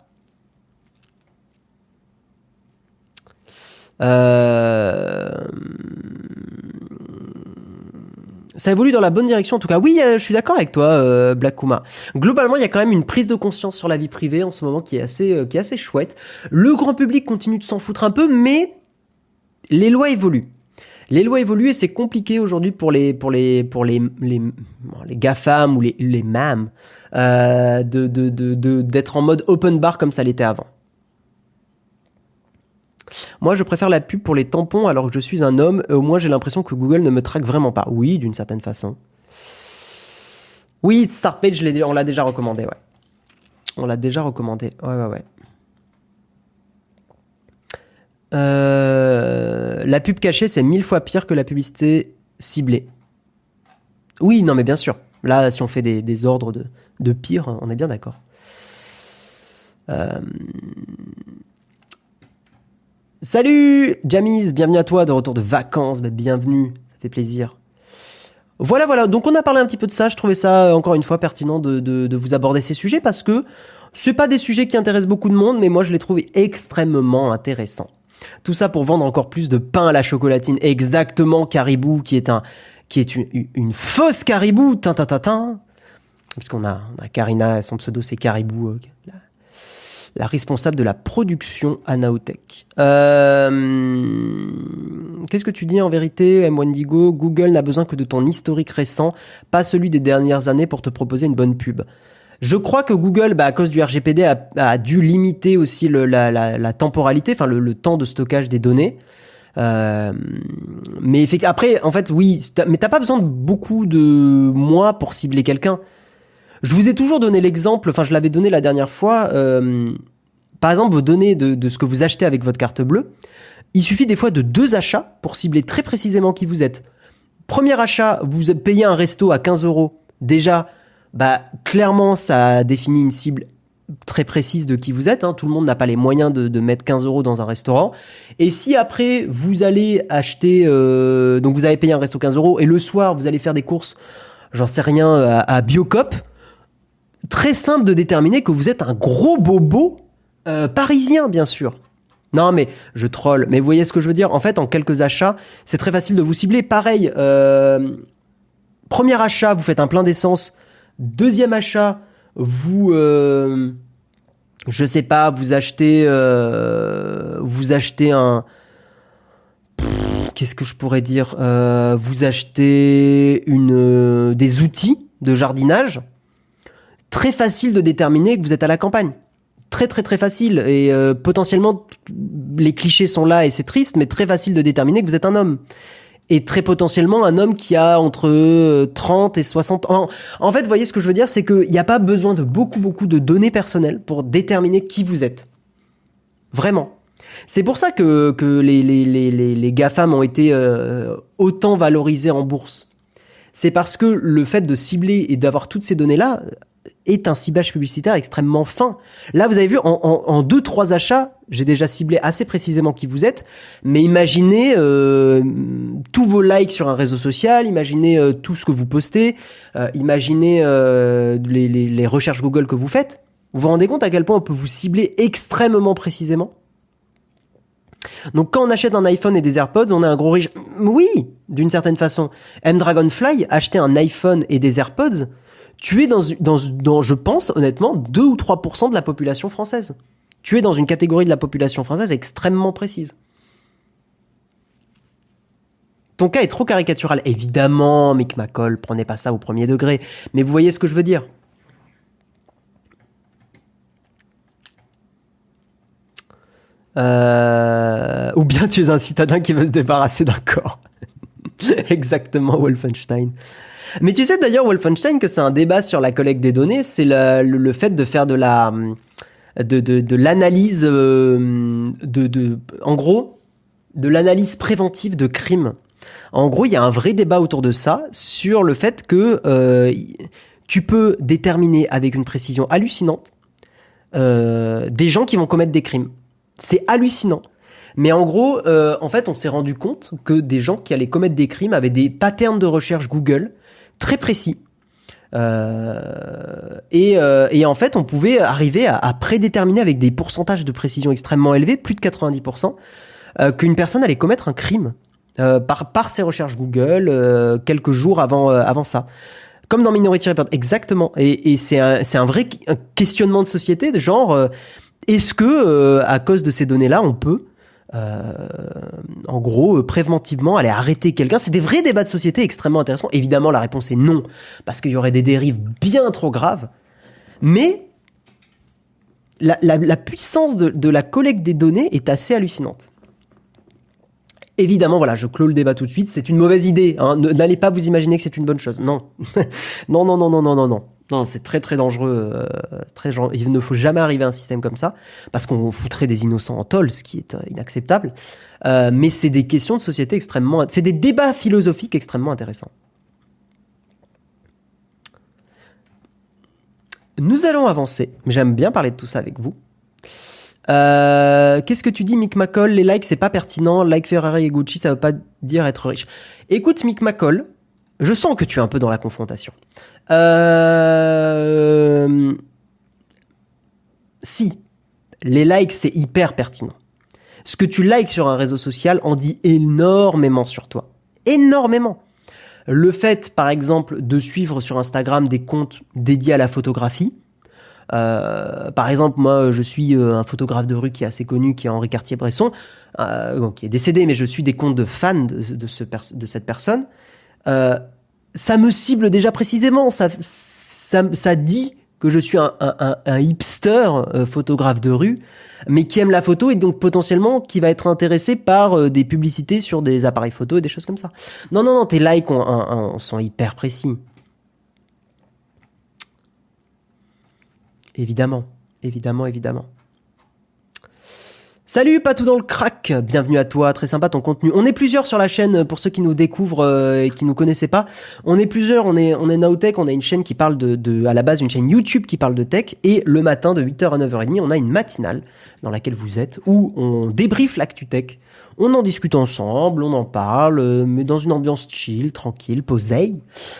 Ça évolue dans la bonne direction en tout cas. Oui, je suis d'accord avec toi, Black Kuma. Globalement, il y a quand même une prise de conscience sur la vie privée en ce moment qui est assez chouette. Le grand public continue de s'en foutre un peu, mais les lois évoluent. Les lois évoluent et c'est compliqué aujourd'hui pour les GAFAM ou les MAM d'être en mode open bar comme ça l'était avant. Moi, je préfère la pub pour les tampons alors que je suis un homme. Au moins, j'ai l'impression que Google ne me traque vraiment pas. Oui, d'une certaine façon. Oui, Start Page, on l'a déjà recommandé, ouais. On l'a déjà recommandé. Ouais. La pub cachée, c'est 1000 fois pire que la publicité ciblée. Oui, non, mais bien sûr. Là, si on fait des ordres de pire, on est bien d'accord. Salut Jamise, bienvenue à toi de retour de vacances, bienvenue, ça fait plaisir. Voilà, donc on a parlé un petit peu de ça, je trouvais ça encore une fois pertinent de vous aborder ces sujets parce que c'est pas des sujets qui intéressent beaucoup de monde, mais moi je les trouve extrêmement intéressants. Tout ça pour vendre encore plus de pain à la chocolatine, exactement Caribou qui est une fausse Caribou, puisqu'on a Karina, son pseudo c'est Caribou, la responsable de la production à Naotech. Qu'est-ce que tu dis en vérité, M1Digo? Google n'a besoin que de ton historique récent, pas celui des dernières années pour te proposer une bonne pub. Je crois que Google, à cause du RGPD, a dû limiter aussi la temporalité, enfin le temps de stockage des données. Mais après, en fait, oui, mais t'as pas besoin de beaucoup de mois pour cibler quelqu'un. Je vous ai toujours donné l'exemple, enfin je l'avais donné la dernière fois, par exemple vos données de ce que vous achetez avec votre carte bleue, il suffit des fois de 2 achats pour cibler très précisément qui vous êtes. Premier achat, vous payez un resto à 15 €, déjà, clairement ça définit une cible très précise de qui vous êtes, tout le monde n'a pas les moyens de mettre 15 € dans un restaurant, et si après vous allez acheter, donc vous avez payé un resto 15 € et le soir vous allez faire des courses, j'en sais rien, à Biocop, très simple de déterminer que vous êtes un gros bobo parisien, bien sûr. Non, mais je troll. Mais vous voyez ce que je veux dire? En fait, en quelques achats, c'est très facile de vous cibler. Pareil, premier achat, vous faites un plein d'essence. Deuxième achat, vous... je sais pas, vous achetez un... Qu'est-ce que je pourrais dire? Vous achetez des outils de jardinage. Très facile de déterminer que vous êtes à la campagne. Très très très facile. Et potentiellement, les clichés sont là et c'est triste, mais très facile de déterminer que vous êtes un homme. Et très potentiellement un homme qui a entre 30 et 60 ans. En fait, vous voyez ce que je veux dire, c'est qu'il n'y a pas besoin de beaucoup de données personnelles pour déterminer qui vous êtes. Vraiment. C'est pour ça que les GAFAM ont été autant valorisés en bourse. C'est parce que le fait de cibler et d'avoir toutes ces données-là est un ciblage publicitaire extrêmement fin. Là, vous avez vu, en 2-3 achats, j'ai déjà ciblé assez précisément qui vous êtes, mais imaginez tous vos likes sur un réseau social, imaginez tout ce que vous postez, imaginez les recherches Google que vous faites. Vous vous rendez compte à quel point on peut vous cibler extrêmement précisément? Donc quand on achète un iPhone et des AirPods, on est un gros riche. Oui, d'une certaine façon. M-Dragonfly, acheter un iPhone et des AirPods, tu es dans je pense, honnêtement, 2 ou 3% de la population française. Tu es dans une catégorie de la population française extrêmement précise. Ton cas est trop caricatural. Évidemment, Mick McCall, prenez pas ça au premier degré. Mais vous voyez ce que je veux dire. Ou bien tu es un citadin qui veut se débarrasser d'un corps. Exactement, Wolfenstein. Mais tu sais d'ailleurs, Wolfenstein, que c'est un débat sur la collecte des données, c'est le fait de faire de l'analyse, en gros, de l'analyse préventive de crimes. En gros, il y a un vrai débat autour de ça, sur le fait que tu peux déterminer avec une précision hallucinante des gens qui vont commettre des crimes. C'est hallucinant. Mais en gros, en fait, on s'est rendu compte que des gens qui allaient commettre des crimes avaient des patterns de recherche Google très précis. Et en fait, on pouvait arriver à prédéterminer avec des pourcentages de précision extrêmement élevés, plus de 90%, qu'une personne allait commettre un crime par ses recherches Google quelques jours avant ça. Comme dans Minority Report, exactement. Et c'est un vrai questionnement de société, de genre, est-ce que à cause de ces données-là, on peut en gros, préventivement, aller arrêter quelqu'un? C'est des vrais débats de société extrêmement intéressants. Évidemment, la réponse est non, parce qu'il y aurait des dérives bien trop graves. Mais la puissance de la collecte des données est assez hallucinante. Évidemment, voilà, je clôt le débat tout de suite. C'est une mauvaise idée. Hein. N'allez pas vous imaginer que c'est une bonne chose. Non, non, non, non, non, non, non, non. Non, c'est très très dangereux. Il ne faut jamais arriver à un système comme ça, parce qu'on foutrait des innocents en tôle, ce qui est inacceptable. Mais c'est des questions de société extrêmement... C'est des débats philosophiques extrêmement intéressants. Nous allons avancer. J'aime bien parler de tout ça avec vous. Qu'est-ce que tu dis, Mick McCall? Les likes, c'est pas pertinent. Like Ferrari et Gucci, ça veut pas dire être riche. Écoute, Mick McCall, je sens que tu es un peu dans la confrontation. Si, les likes, c'est hyper pertinent. Ce que tu likes sur un réseau social en dit énormément sur toi. Énormément. Le fait, par exemple, de suivre sur Instagram des comptes dédiés à la photographie. Par exemple, moi, je suis un photographe de rue qui est assez connu, qui est Henri Cartier-Bresson, qui est décédé, mais je suis des comptes de fans de cette personne. Ça me cible déjà précisément. Ça dit que je suis un hipster photographe de rue, mais qui aime la photo et donc potentiellement qui va être intéressé par des publicités sur des appareils photo et des choses comme ça. Non, non, non, tes likes sont hyper précis. Évidemment, évidemment, évidemment. Salut, Patou dans le crack, bienvenue à toi, très sympa ton contenu. On est plusieurs sur la chaîne, pour ceux qui nous découvrent et qui nous connaissaient pas. On est plusieurs, on est Nowtech, on a une chaîne qui parle à la base une chaîne YouTube qui parle de tech, et le matin de 8h à 9h30, on a une matinale dans laquelle vous êtes, où on débriefe l'actu tech. On en discute ensemble, on en parle, mais dans une ambiance chill, tranquille, posée.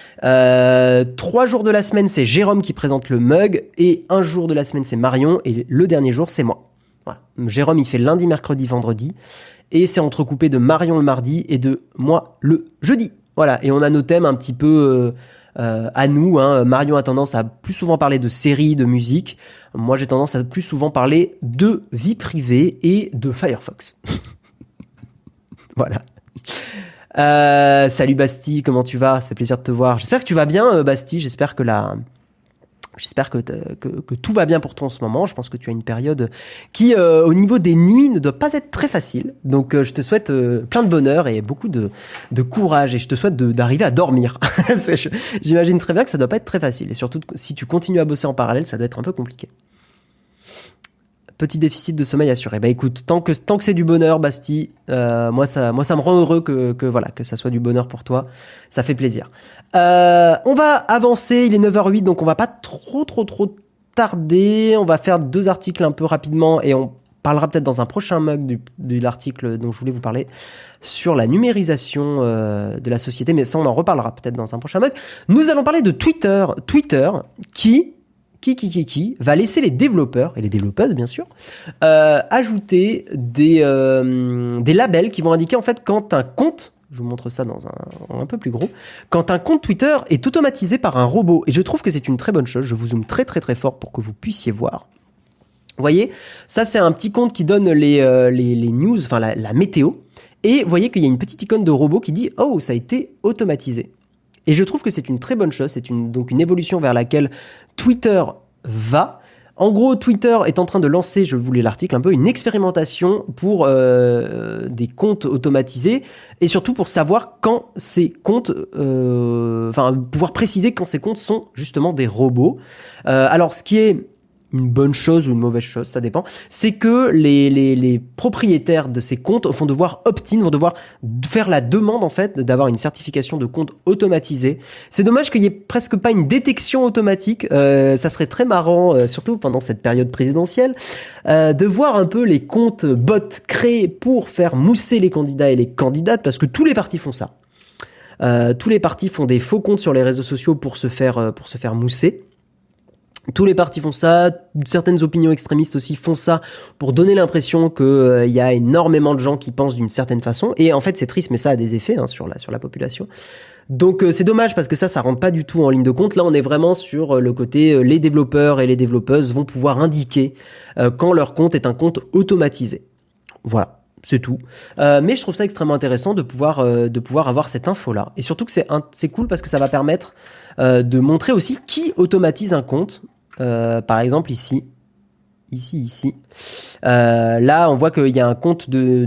3 jours de la semaine, c'est Jérôme qui présente le mug, et un jour de la semaine, c'est Marion, et le dernier jour, c'est moi. Voilà. Jérôme, il fait lundi, mercredi, vendredi, et c'est entrecoupé de Marion le mardi et de moi le jeudi. Voilà, et on a nos thèmes un petit peu à nous. Hein. Marion a tendance à plus souvent parler de séries, de musique. Moi, j'ai tendance à plus souvent parler de vie privée et de Firefox. Voilà. Salut Bastille, comment tu vas? Ça fait plaisir de te voir. J'espère que tu vas bien, Bastille. J'espère que tout va bien pour toi en ce moment. Je pense que tu as une période qui, au niveau des nuits, ne doit pas être très facile. Donc, je te souhaite plein de bonheur et beaucoup de courage. Et je te souhaite d'arriver à dormir. J'imagine très bien que ça doit pas être très facile. Et surtout, si tu continues à bosser en parallèle, ça doit être un peu compliqué. Petit déficit de sommeil assuré. Bah écoute, tant que c'est du bonheur, Bastille, moi ça me rend heureux que ça soit du bonheur pour toi. Ça fait plaisir. On va avancer, il est 9h08, donc on va pas trop tarder. On va faire 2 articles un peu rapidement et on parlera peut-être dans un prochain mug de l'article dont je voulais vous parler sur la numérisation de la société, mais ça on en reparlera peut-être dans un prochain mug. Nous allons parler de Twitter qui va laisser les développeurs, et les développeuses bien sûr, ajouter des labels qui vont indiquer en fait quand un compte, je vous montre ça dans un peu plus gros, quand un compte Twitter est automatisé par un robot. Et je trouve que c'est une très bonne chose, je vous zoome très fort pour que vous puissiez voir. Vous voyez, ça c'est un petit compte qui donne les news, enfin la météo, et vous voyez qu'il y a une petite icône de robot qui dit « Oh, ça a été automatisé ». Et je trouve que c'est une très bonne chose, c'est donc une évolution vers laquelle Twitter va. En gros, Twitter est en train de lancer, je vous lis l'article un peu, une expérimentation pour des comptes automatisés et surtout pour savoir quand ces comptes, pouvoir préciser quand ces comptes sont justement des robots. Alors, ce qui est une bonne chose ou une mauvaise chose, ça dépend, c'est que les propriétaires de ces comptes vont devoir opt-in, vont devoir faire la demande en fait d'avoir une certification de compte automatisée. C'est dommage qu'il y ait presque pas une détection automatique. Ça serait très marrant, surtout pendant cette période présidentielle, de voir un peu les comptes bots créés pour faire mousser les candidats et les candidates, parce que tous les partis font ça. Tous les partis font des faux comptes sur les réseaux sociaux pour se faire mousser. Tous les partis font ça, certaines opinions extrémistes aussi font ça pour donner l'impression que y a énormément de gens qui pensent d'une certaine façon. Et en fait, c'est triste, mais ça a des effets sur la population. Donc c'est dommage parce que ça rentre pas du tout en ligne de compte. Là, on est vraiment sur le côté les développeurs et les développeuses vont pouvoir indiquer quand leur compte est un compte automatisé. Voilà, c'est tout. Mais je trouve ça extrêmement intéressant de pouvoir avoir cette info-là. Et surtout que c'est cool parce que ça va permettre de montrer aussi qui automatise un compte. Par exemple ici. Là, on voit qu'il y a un compte de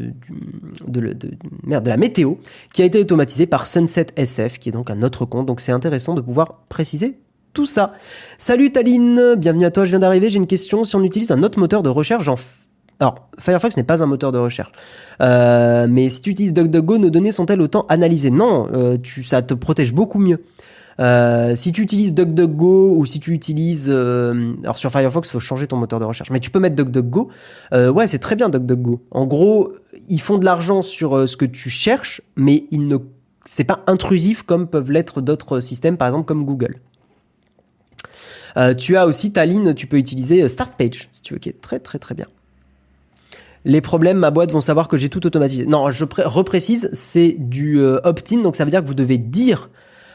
la météo qui a été automatisé par Sunset SF, qui est donc un autre compte. Donc c'est intéressant de pouvoir préciser tout ça. Salut Taline, bienvenue à toi, je viens d'arriver, j'ai une question. Si on utilise un autre moteur de recherche, alors, Firefox n'est pas un moteur de recherche. Mais si tu utilises DuckDuckGo, nos données sont-elles autant analysées? Non, ça te protège beaucoup mieux. Si tu utilises DuckDuckGo ou si tu utilises... alors sur Firefox, il faut changer ton moteur de recherche. Mais tu peux mettre DuckDuckGo. Ouais, c'est très bien DuckDuckGo. En gros, ils font de l'argent sur ce que tu cherches, mais c'est pas intrusif comme peuvent l'être d'autres systèmes, par exemple comme Google. Tu as aussi ta ligne, tu peux utiliser StartPage, si tu veux, qui est très très très bien. Les problèmes, ma boîte vont savoir que j'ai tout automatisé. Non, je reprécise, c'est du opt-in, donc ça veut dire que vous devez dire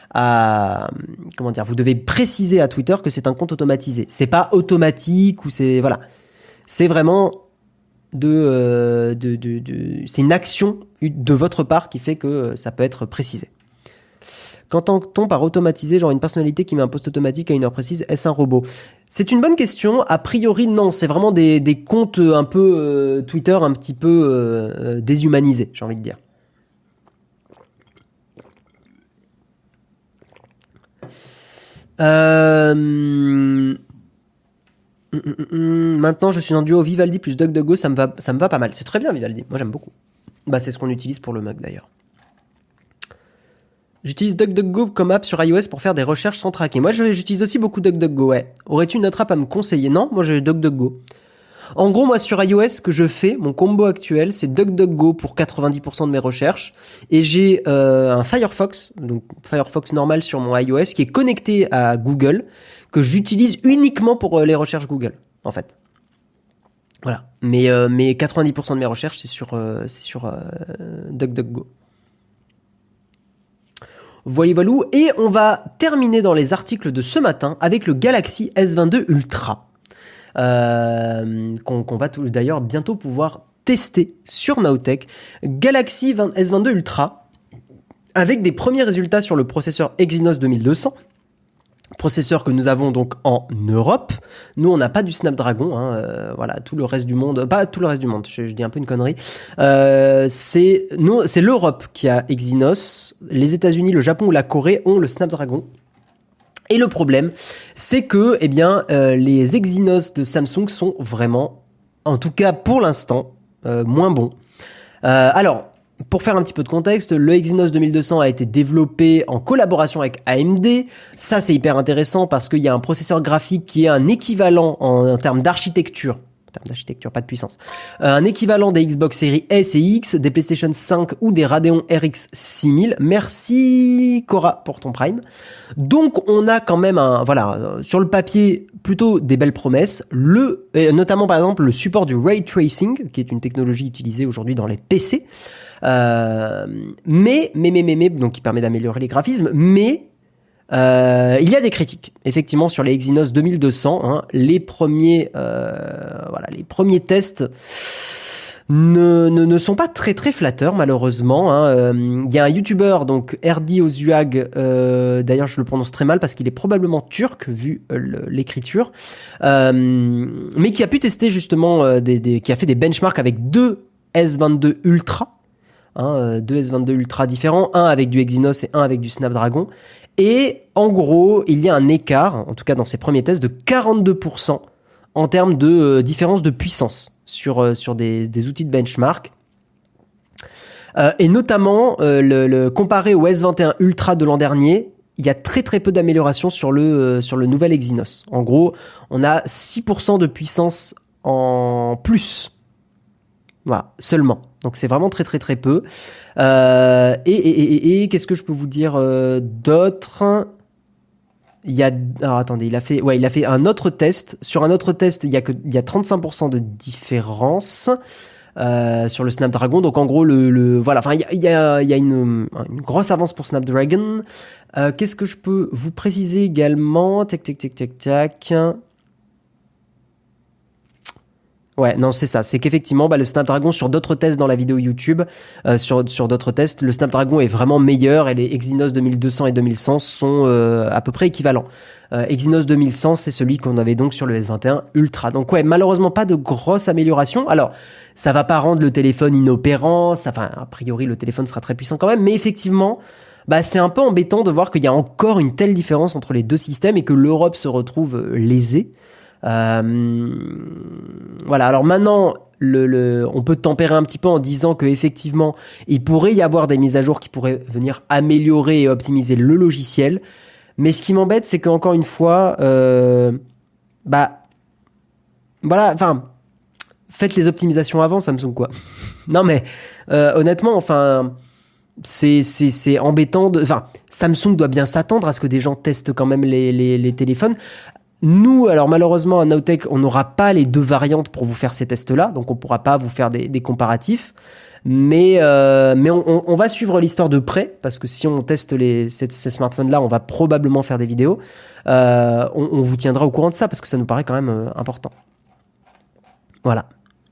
vous devez préciser à Twitter que c'est un compte automatisé. C'est pas automatique ou c'est vraiment c'est une action de votre part qui fait que ça peut être précisé. Qu'entend-on par automatisé, genre une personnalité qui met un post automatique à une heure précise, est-ce un robot? C'est une bonne question. A priori, non. C'est vraiment des comptes un peu Twitter, un petit peu déshumanisés, j'ai envie de dire. Maintenant, je suis en duo Vivaldi plus DuckDuckGo, ça me va pas mal. C'est très bien Vivaldi. Moi, j'aime beaucoup. Bah, c'est ce qu'on utilise pour le mug d'ailleurs. J'utilise DuckDuckGo comme app sur iOS pour faire des recherches sans traquer. Moi, j'utilise aussi beaucoup DuckDuckGo, ouais. Aurais-tu une autre app à me conseiller? Non, moi j'ai DuckDuckGo. En gros, moi sur iOS, ce que je fais, mon combo actuel, c'est DuckDuckGo pour 90% de mes recherches. Et j'ai un Firefox, donc Firefox normal sur mon iOS, qui est connecté à Google, que j'utilise uniquement pour les recherches Google, en fait. Voilà. Mais 90% de mes recherches, c'est sur DuckDuckGo. Voilà. Et on va terminer dans les articles de ce matin avec le Galaxy S22 Ultra. Qu'on va d'ailleurs bientôt pouvoir tester sur Nowtech. Galaxy S22 Ultra avec des premiers résultats sur le processeur Exynos 2200. Processeur que nous avons donc en Europe. Nous, on n'a pas du Snapdragon, voilà, tout le reste du monde, pas tout le reste du monde, je dis un peu une connerie. C'est l'Europe qui a Exynos, les États-Unis, le Japon ou la Corée ont le Snapdragon. Et le problème, c'est que, les Exynos de Samsung sont vraiment, en tout cas pour l'instant, moins bons. Alors, pour faire un petit peu de contexte, le Exynos 2200 a été développé en collaboration avec AMD. Ça, c'est hyper intéressant parce qu'il y a un processeur graphique qui est un équivalent en termes d'architecture. Pas de puissance. Un équivalent des Xbox Series S et X, des PlayStation 5 ou des Radeon RX 6000. Merci Cora pour ton Prime. Donc on a quand même sur le papier plutôt des belles promesses. Notamment par exemple le support du ray tracing, qui est une technologie utilisée aujourd'hui dans les PC. Mais donc qui permet d'améliorer les graphismes, mais il y a des critiques, effectivement, sur les Exynos 2200. Les premiers tests ne sont pas très très flatteurs, malheureusement. Il y a un YouTuber, donc Erdi Ozuag, d'ailleurs je le prononce très mal parce qu'il est probablement turc vu l'écriture, mais qui a pu tester justement qui a fait des benchmarks avec deux S22 Ultra. Deux S22 Ultra différents, un avec du Exynos et un avec du Snapdragon. Et en gros, il y a un écart, en tout cas dans ces premiers tests, de 42% en termes de différence de puissance sur des outils de benchmark. Et notamment, comparé au S21 Ultra de l'an dernier, il y a très très peu d'amélioration sur le nouvel Exynos. En gros, on a 6% de puissance en plus. Voilà, seulement. Donc c'est vraiment très très très peu. Et qu'est-ce que je peux vous dire d'autre ? Alors attendez, il a fait un autre test. Sur un autre test, il y a 35% de différence sur le Snapdragon. Donc en gros, voilà. Enfin, il y a une grosse avance pour Snapdragon. Qu'est-ce que je peux vous préciser également ? Tac. Ouais, non, c'est ça. C'est qu'effectivement, le Snapdragon, sur d'autres tests dans la vidéo YouTube, sur d'autres tests, le Snapdragon est vraiment meilleur et les Exynos 2200 et 2100 sont à peu près équivalents. Exynos 2100, c'est celui qu'on avait donc sur le S21 Ultra. Donc ouais, malheureusement pas de grosse amélioration. Alors, ça va pas rendre le téléphone inopérant. Enfin, a priori, le téléphone sera très puissant quand même. Mais effectivement, c'est un peu embêtant de voir qu'il y a encore une telle différence entre les deux systèmes et que l'Europe se retrouve lésée. Voilà. Alors maintenant, on peut tempérer un petit peu en disant que effectivement, il pourrait y avoir des mises à jour qui pourraient venir améliorer et optimiser le logiciel. Mais ce qui m'embête, c'est qu'encore une fois, voilà. Enfin, faites les optimisations avant, Samsung, quoi. Non mais honnêtement, enfin, c'est embêtant. Enfin, Samsung doit bien s'attendre à ce que des gens testent quand même les téléphones. Nous, alors malheureusement à Nowtech, on n'aura pas les deux variantes pour vous faire ces tests-là, donc on pourra pas vous faire des comparatifs. Mais on va suivre l'histoire de près, parce que si on teste ces smartphones-là, on va probablement faire des vidéos. On vous tiendra au courant de ça, parce que ça nous paraît quand même important. Voilà.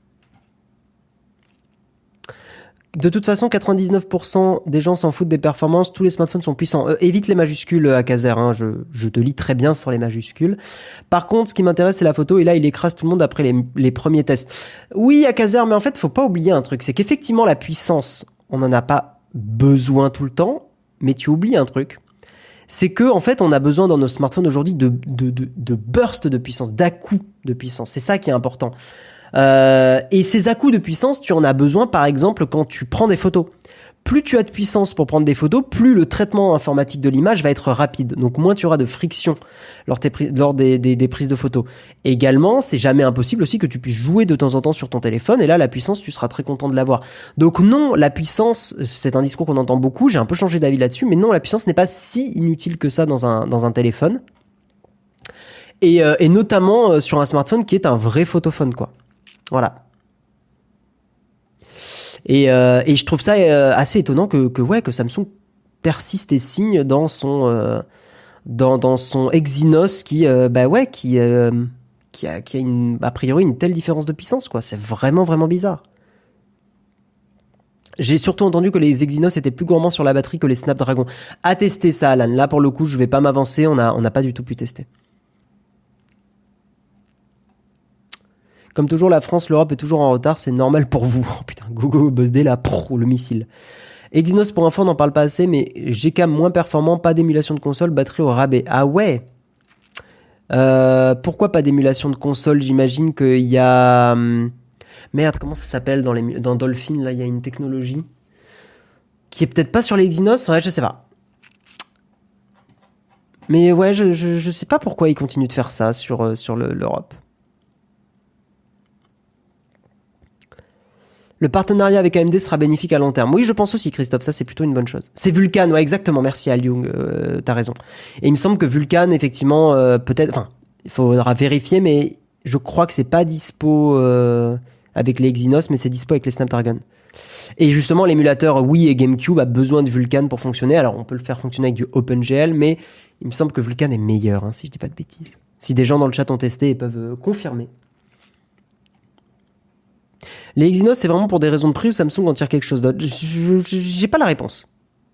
De toute façon, 99% des gens s'en foutent des performances. Tous les smartphones sont puissants. Évite les majuscules à Kazer. Hein, je te lis très bien sur les majuscules. Par contre, ce qui m'intéresse, c'est la photo. Et là, il écrase tout le monde après les premiers tests. Oui, à Kazer, mais en fait, faut pas oublier un truc. C'est qu'effectivement, la puissance, on n'en a pas besoin tout le temps. Mais tu oublies un truc. C'est que, en fait, on a besoin dans nos smartphones aujourd'hui de burst de puissance, d'à-coups de puissance. C'est ça qui est important. Et ces à-coups de puissance, tu en as besoin par exemple quand tu prends des photos. Plus tu as de puissance pour prendre des photos, plus le traitement informatique de l'image va être rapide. Donc moins tu auras de friction lors des prises de photos. Également, c'est jamais impossible aussi que tu puisses jouer de temps en temps sur ton téléphone. Et là, la puissance, tu seras très content de l'avoir. Donc non, la puissance, c'est un discours qu'on entend beaucoup. J'ai un peu changé d'avis là-dessus. Mais non, la puissance n'est pas si inutile que ça dans un téléphone. Et notamment sur un smartphone qui est un vrai photophone, quoi. Voilà. Et je trouve ça assez étonnant que Samsung persiste et signe dans son Exynos qui a a priori une telle différence de puissance, quoi. C'est vraiment vraiment bizarre. J'ai surtout entendu que les Exynos étaient plus gourmands sur la batterie que les Snapdragon. À tester ça, Alan. Là pour le coup, je vais pas m'avancer. On n'a pas du tout pu tester. Comme toujours, la France, l'Europe est toujours en retard, c'est normal pour vous. Oh putain, Gogo, BuzzD, là, le missile. Exynos, pour info, on n'en parle pas assez, mais GK moins performant, pas d'émulation de console, batterie au rabais. Ah ouais. Pourquoi pas d'émulation de console ? J'imagine qu'il y a... Merde, comment ça s'appelle dans Dolphin, là, il y a une technologie qui est peut-être pas sur les Exynos, ouais, je sais pas. Mais ouais, je sais pas pourquoi ils continuent de faire ça sur l'Europe. Le partenariat avec AMD sera bénéfique à long terme. Oui, je pense aussi, Christophe, ça c'est plutôt une bonne chose. C'est Vulkan, ouais, exactement, merci Aliung, t'as raison. Et il me semble que Vulkan, effectivement, peut-être, enfin, il faudra vérifier, mais je crois que c'est pas dispo avec les Exynos, mais c'est dispo avec les Snapdragon. Et justement, l'émulateur Wii et GameCube a besoin de Vulkan pour fonctionner. Alors, on peut le faire fonctionner avec du OpenGL, mais il me semble que Vulkan est meilleur, hein, si je dis pas de bêtises. Si des gens dans le chat ont testé et peuvent confirmer. Les Exynos, c'est vraiment pour des raisons de prix ou Samsung en tire quelque chose d'autre ? J'ai pas la réponse.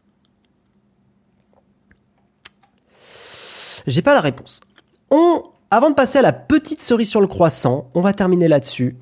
J'ai pas la réponse. Avant de passer à la petite cerise sur le croissant, on va terminer là-dessus.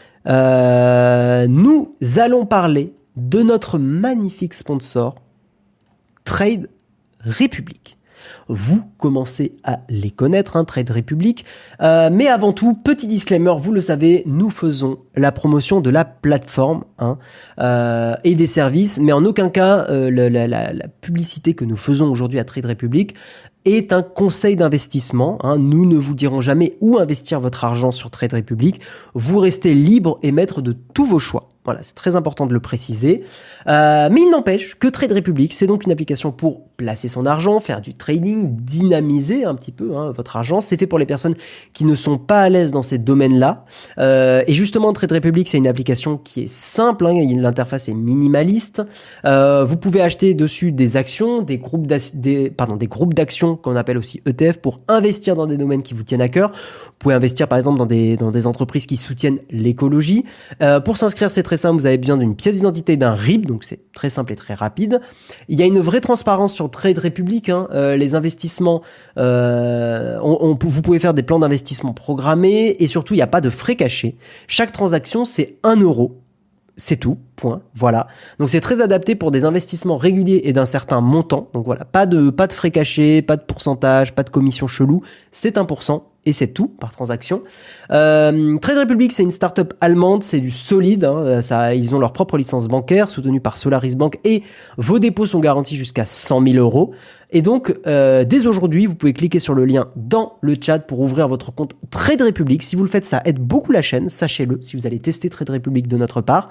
Nous allons parler de notre magnifique sponsor, Trade Republic. Vous commencez à les connaître, Trade Republic. Mais avant tout, petit disclaimer, vous le savez, nous faisons la promotion de la plateforme et des services, mais en aucun cas la publicité que nous faisons aujourd'hui à Trade Republic est un conseil d'investissement. Nous ne vous dirons jamais où investir votre argent sur Trade Republic. Vous restez libre et maître de tous vos choix. Voilà, c'est très important de le préciser. Mais il n'empêche que Trade Republic, c'est donc une application pour placer son argent, faire du trading, dynamiser un petit peu votre argent. C'est fait pour les personnes qui ne sont pas à l'aise dans ces domaines-là. Et justement, Trade Republic, c'est une application qui est simple. L'interface est minimaliste. Vous pouvez acheter dessus des actions, des groupes d'actions qu'on appelle aussi ETF pour investir dans des domaines qui vous tiennent à cœur. Vous pouvez investir par exemple dans des entreprises qui soutiennent l'écologie. Pour s'inscrire, c'est très simple, vous avez besoin d'une pièce d'identité, d'un RIB, donc c'est très simple et très rapide. Il y a une vraie transparence sur Trade Republic, les investissements, vous pouvez faire des plans d'investissement programmés et surtout il n'y a pas de frais cachés. Chaque transaction c'est 1 euro. C'est tout, point, voilà. Donc c'est très adapté pour des investissements réguliers et d'un certain montant. Donc voilà, pas de frais cachés, pas de pourcentage, pas de commission chelou, c'est 1% et c'est tout par transaction. Trade Republic, c'est une start-up allemande, c'est du solide, ils ont leur propre licence bancaire soutenue par Solaris Bank et vos dépôts sont garantis jusqu'à 100 000 euros. Et donc, dès aujourd'hui, vous pouvez cliquer sur le lien dans le chat pour ouvrir votre compte Trade Republic. Si vous le faites, ça aide beaucoup la chaîne, sachez-le, si vous allez tester Trade Republic de notre part.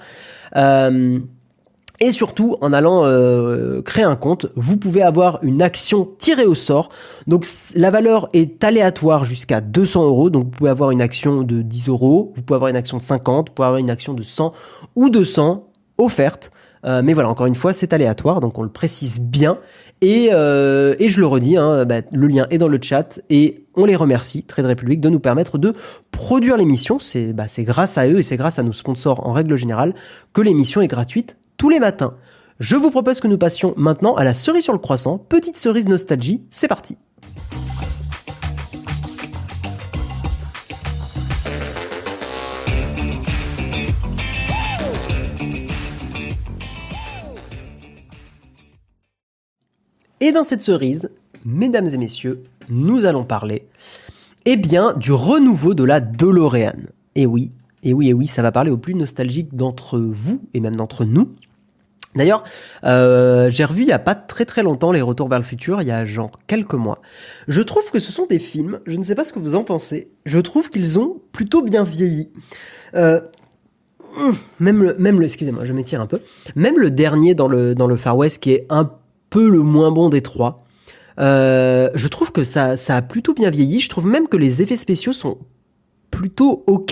Et surtout, en allant créer un compte, vous pouvez avoir une action tirée au sort. Donc, la valeur est aléatoire jusqu'à 200 euros. Donc, vous pouvez avoir une action de 10 euros, vous pouvez avoir une action de 50, vous pouvez avoir une action de 100 ou 200 offerte. Mais voilà, encore une fois, c'est aléatoire, donc on le précise bien. Et je le redis, le lien est dans le chat et on les remercie, Trade Republic, de nous permettre de produire l'émission. C'est grâce à eux et c'est grâce à nos sponsors en règle générale que l'émission est gratuite tous les matins. Je vous propose que nous passions maintenant à la cerise sur le croissant, petite cerise nostalgie, c'est parti. Et dans cette cerise, mesdames et messieurs, nous allons parler, du renouveau de la DeLorean. Et oui, ça va parler aux plus nostalgiques d'entre vous et même d'entre nous. D'ailleurs, j'ai revu il y a pas très très longtemps les Retours vers le futur, il y a genre quelques mois. Je trouve que ce sont des films, je ne sais pas ce que vous en pensez, je trouve qu'ils ont plutôt bien vieilli. Excusez-moi, je m'étire un peu. Même le dernier dans le Far West qui est un peu le moins bon des trois. Je trouve que ça a plutôt bien vieilli. Je trouve même que les effets spéciaux sont plutôt ok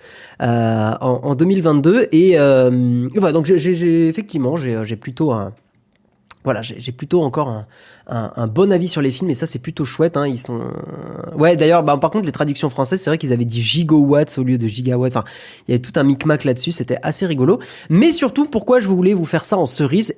en 2022. Et voilà, donc j'ai plutôt j'ai plutôt encore un bon avis sur les films et ça c'est plutôt chouette. Ils sont d'ailleurs par contre les traductions françaises c'est vrai qu'ils avaient dit gigawatts au lieu de gigawatts. Enfin il y avait tout un micmac là-dessus, c'était assez rigolo. Mais surtout pourquoi je voulais vous faire ça en cerise,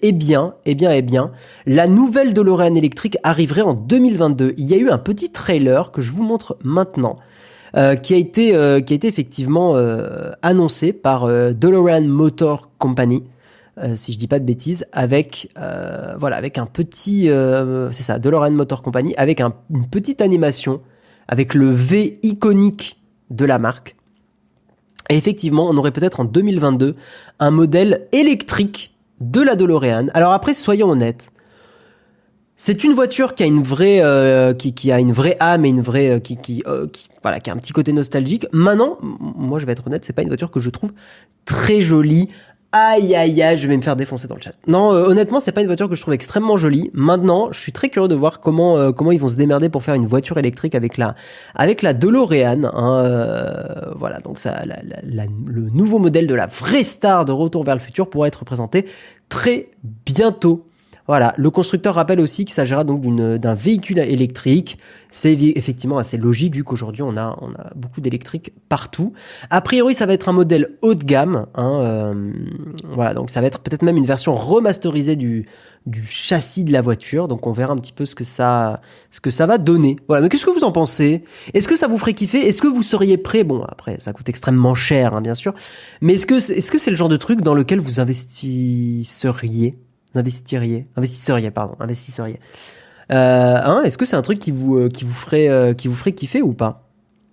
la nouvelle DeLorean électrique arriverait en 2022. Il y a eu un petit trailer que je vous montre maintenant. Qui a été effectivement annoncé par DeLorean Motor Company. Si je dis pas de bêtises, avec un petit, c'est ça, DeLorean Motor Company, avec une petite animation, avec le V iconique de la marque. Et effectivement, on aurait peut-être en 2022 un modèle électrique de la DeLorean. Alors après, soyons honnêtes, c'est une voiture qui a une vraie, qui a une vraie âme et une vraie, qui a un petit côté nostalgique. Maintenant, moi, je vais être honnête, c'est pas une voiture que je trouve très jolie. Aïe, je vais me faire défoncer dans le chat. Non, honnêtement, c'est pas une voiture que je trouve extrêmement jolie. Maintenant, je suis très curieux de voir comment ils vont se démerder pour faire une voiture électrique avec la DeLorean. Voilà, donc ça, le nouveau modèle de la vraie star de Retour vers le futur pourra être présenté très bientôt. Voilà, le constructeur rappelle aussi qu'il s'agira donc d'un véhicule électrique. C'est effectivement assez logique vu qu'aujourd'hui on a beaucoup d'électriques partout. A priori, ça va être un modèle haut de gamme. Voilà, donc ça va être peut-être même une version remasterisée du châssis de la voiture. Donc on verra un petit peu ce que ça va donner. Voilà, mais qu'est-ce que vous en pensez? Est-ce que ça vous ferait kiffer? Est-ce que vous seriez prêt? Bon, après ça coûte extrêmement cher, bien sûr. Mais est-ce que c'est le genre de truc dans lequel vous investisseriez? Hein, est-ce que c'est un truc qui vous ferait kiffer ou pas?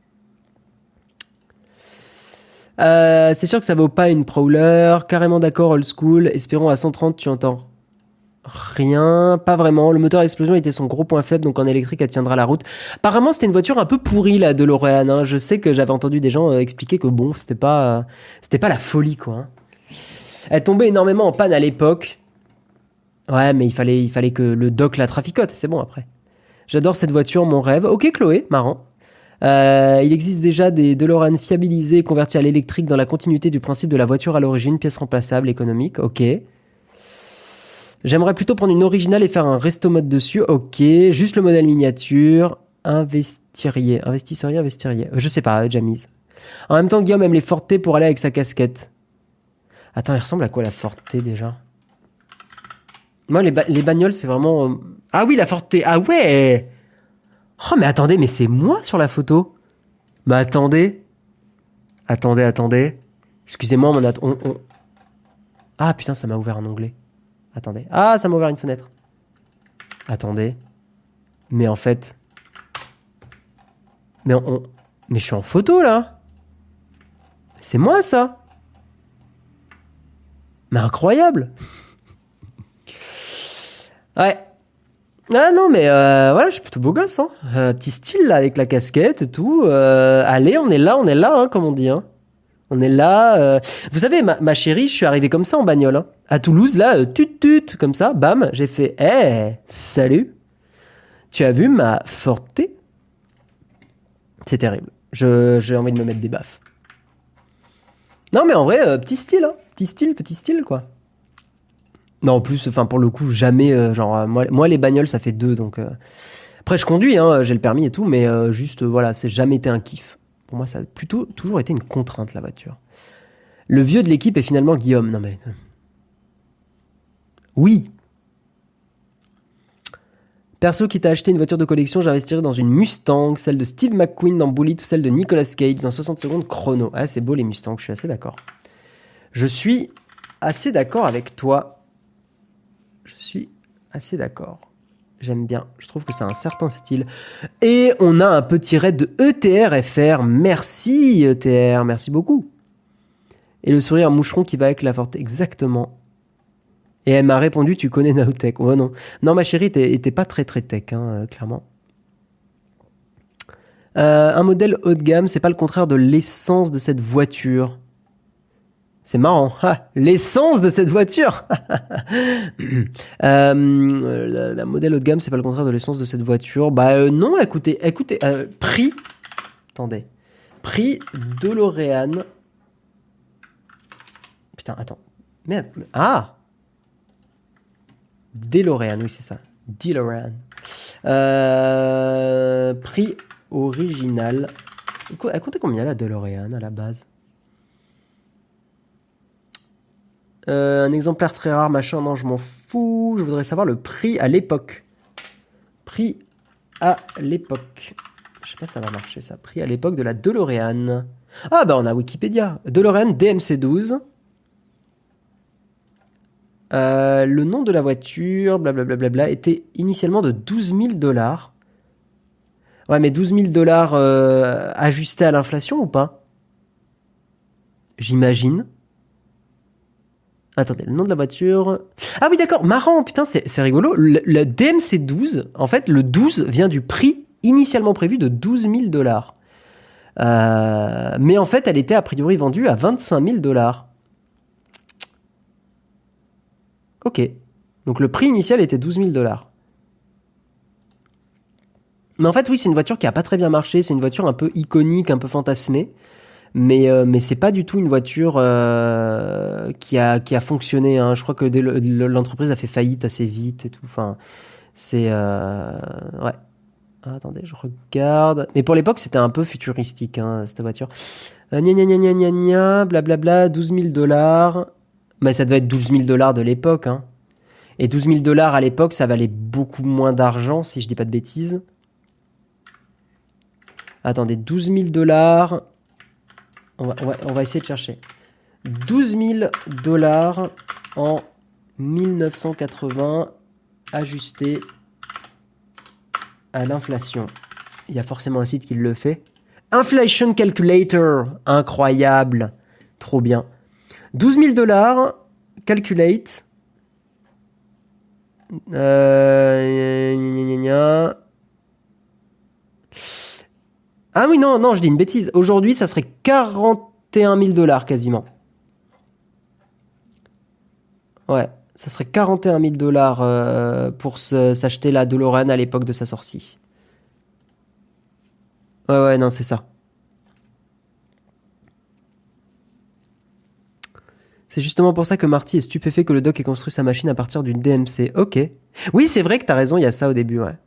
C'est sûr que ça vaut pas une Prowler. Carrément d'accord, old school. Espérons à 130, tu entends rien. Pas vraiment. Le moteur à explosion était son gros point faible, donc en électrique, elle tiendra la route. Apparemment, c'était une voiture un peu pourrie, la DeLorean. Hein. Je sais que j'avais entendu des gens expliquer que bon, c'était pas la folie, quoi. Hein. Elle tombait énormément en panne à l'époque. Ouais, mais il fallait que le doc la traficote. C'est bon après. J'adore cette voiture, mon rêve. Ok, Chloé, marrant. Il existe déjà des DeLorean fiabilisés et convertis à l'électrique dans la continuité du principe de la voiture à l'origine, pièce remplaçable, économique, ok. J'aimerais plutôt prendre une originale et faire un resto mode dessus, ok. Juste le modèle miniature, investirier. Je sais pas, Jamise. En même temps, Guillaume aime les Forte pour aller avec sa casquette. Attends, il ressemble à quoi la Forte déjà? Moi, les bagnoles, c'est vraiment... Ah oui, la Forte, ah ouais! Oh, mais attendez, mais c'est moi sur la photo. Mais attendez. Attendez. Excusez-moi, Ah, putain, ça m'a ouvert un onglet. Attendez. Ah, ça m'a ouvert une fenêtre. Attendez. Mais en fait... Mais Mais je suis en photo, là. C'est moi, ça. Mais incroyable. Ouais. Ah non, mais voilà, je suis plutôt beau gosse, hein. Petit style, là, avec la casquette et tout. Allez, on est là, hein, comme on dit, hein. On est là. Vous savez, ma chérie, je suis arrivé comme ça en bagnole, hein. À Toulouse, là, tut, comme ça, bam, j'ai fait, salut. Tu as vu ma Forte? C'est terrible. J'ai envie de me mettre des baffes. Non, mais en vrai, petit style, hein. Petit style, quoi. Non, en plus, enfin, pour le coup, jamais, moi, les bagnoles, ça fait 2, donc... Après, je conduis, hein, j'ai le permis et tout, mais juste, voilà, c'est jamais été un kiff. Pour moi, ça a plutôt toujours été une contrainte, la voiture. Le vieux de l'équipe est finalement Guillaume. Non, mais... Oui. Perso, qui t'a acheté une voiture de collection, j'investirais dans une Mustang, celle de Steve McQueen dans Bullitt ou celle de Nicolas Cage dans 60 secondes chrono. Ah, c'est beau les Mustangs, je suis assez d'accord. Je suis assez d'accord avec toi. J'aime bien. Je trouve que c'est un certain style. Et on a un petit raid de ETR FR. Merci ETR, merci beaucoup. Et le sourire moucheron qui va avec la Forte. Exactement. Et elle m'a répondu, tu connais Naotech. Oh non. Non, ma chérie, était pas très très tech, hein, clairement. Un modèle haut de gamme, c'est pas le contraire de l'essence de cette voiture. C'est marrant. Ah, l'essence de cette voiture. La modèle haut de gamme, c'est pas le contraire de l'essence de cette voiture. Bah non, écoutez, prix. Attendez. Prix DeLorean. Putain, attends. Merde. Ah. DeLorean, oui c'est ça. DeLorean. Prix original. Elle coûtait combien la DeLorean à la base? Un exemplaire très rare, machin, non, je m'en fous. Je voudrais savoir le prix à l'époque. Prix à l'époque. Je sais pas si ça va marcher, ça. Prix à l'époque de la DeLorean. Ah, bah, on a Wikipédia. DeLorean DMC12. Le nom de la voiture, blablabla, était initialement de 12 000 $. Ouais, mais 12 000 $ ajustés à l'inflation ou pas? J'imagine. Attendez, le nom de la voiture... Ah oui, d'accord, marrant, putain, c'est rigolo. Le DMC12, en fait, le 12 vient du prix initialement prévu de 12 000 $. Mais en fait, elle était a priori vendue à 25 000 $. Ok. Donc le prix initial était 12 000 $. Mais en fait, oui, c'est une voiture qui a pas très bien marché. C'est une voiture un peu iconique, un peu fantasmée. Mais c'est pas du tout une voiture qui a fonctionné. Hein. Je crois que l'entreprise a fait faillite assez vite et tout. Enfin, c'est... ouais. Ah, attendez, je regarde. Mais pour l'époque, c'était un peu futuristique, hein, cette voiture. Blablabla, 12 000 $. Mais ça devait être 12 000 $ de l'époque. Hein. Et 12 000 $ à l'époque, ça valait beaucoup moins d'argent, si je dis pas de bêtises. Attendez, 12 000 $... On va essayer de chercher. 12 000 $ en 1980, ajusté à l'inflation, il y a forcément un site qui le fait. Inflation Calculator, incroyable, trop bien. 12 000 $, calculate. Ah oui, non, je dis une bêtise. Aujourd'hui, ça serait 41 000 $ quasiment. Ouais, ça serait 41 000 $ pour s'acheter la DeLorean à l'époque de sa sortie. Ouais, non, c'est ça. C'est justement pour ça que Marty est stupéfait que le doc ait construit sa machine à partir d'une DMC. Ok. Oui, c'est vrai que t'as raison, il y a ça au début, ouais.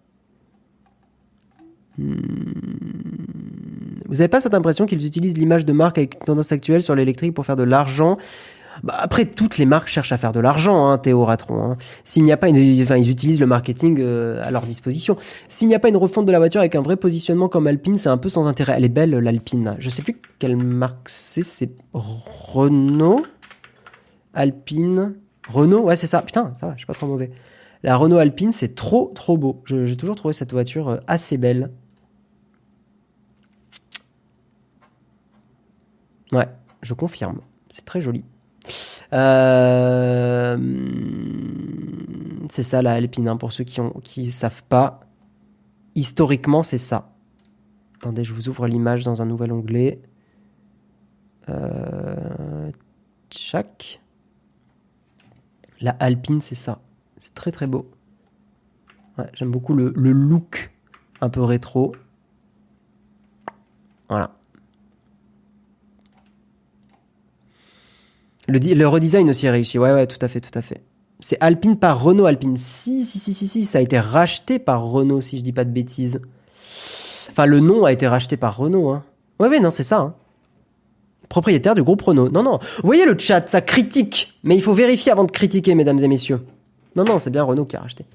Vous avez pas cette impression qu'ils utilisent l'image de marque avec une tendance actuelle sur l'électrique pour faire de l'argent? Bah, après, toutes les marques cherchent à faire de l'argent, hein, Théo Ratron. Hein. S'il n'y a pas ils utilisent le marketing à leur disposition. S'il n'y a pas une refonte de la voiture avec un vrai positionnement comme Alpine, c'est un peu sans intérêt. Elle est belle, l'Alpine. Je sais plus quelle marque c'est Renault? Alpine. Renault, ouais, c'est ça. Putain, ça va, je suis pas trop mauvais. La Renault Alpine, c'est trop beau. J'ai toujours trouvé cette voiture assez belle. Ouais, je confirme. C'est très joli. C'est ça la Alpine, hein, pour ceux qui savent pas. Historiquement, c'est ça. Attendez, je vous ouvre l'image dans un nouvel onglet. Tchac. La Alpine, c'est ça. C'est très beau. Ouais, j'aime beaucoup le look un peu rétro. Voilà. Le redesign aussi est réussi. Ouais, tout à fait. C'est Alpine par Renault Alpine. Si, ça a été racheté par Renault, si je dis pas de bêtises. Enfin, le nom a été racheté par Renault. Hein. Ouais, non, c'est ça. Hein. Propriétaire du groupe Renault. Non. Vous voyez le chat, ça critique. Mais il faut vérifier avant de critiquer, mesdames et messieurs. Non, c'est bien Renault qui a racheté.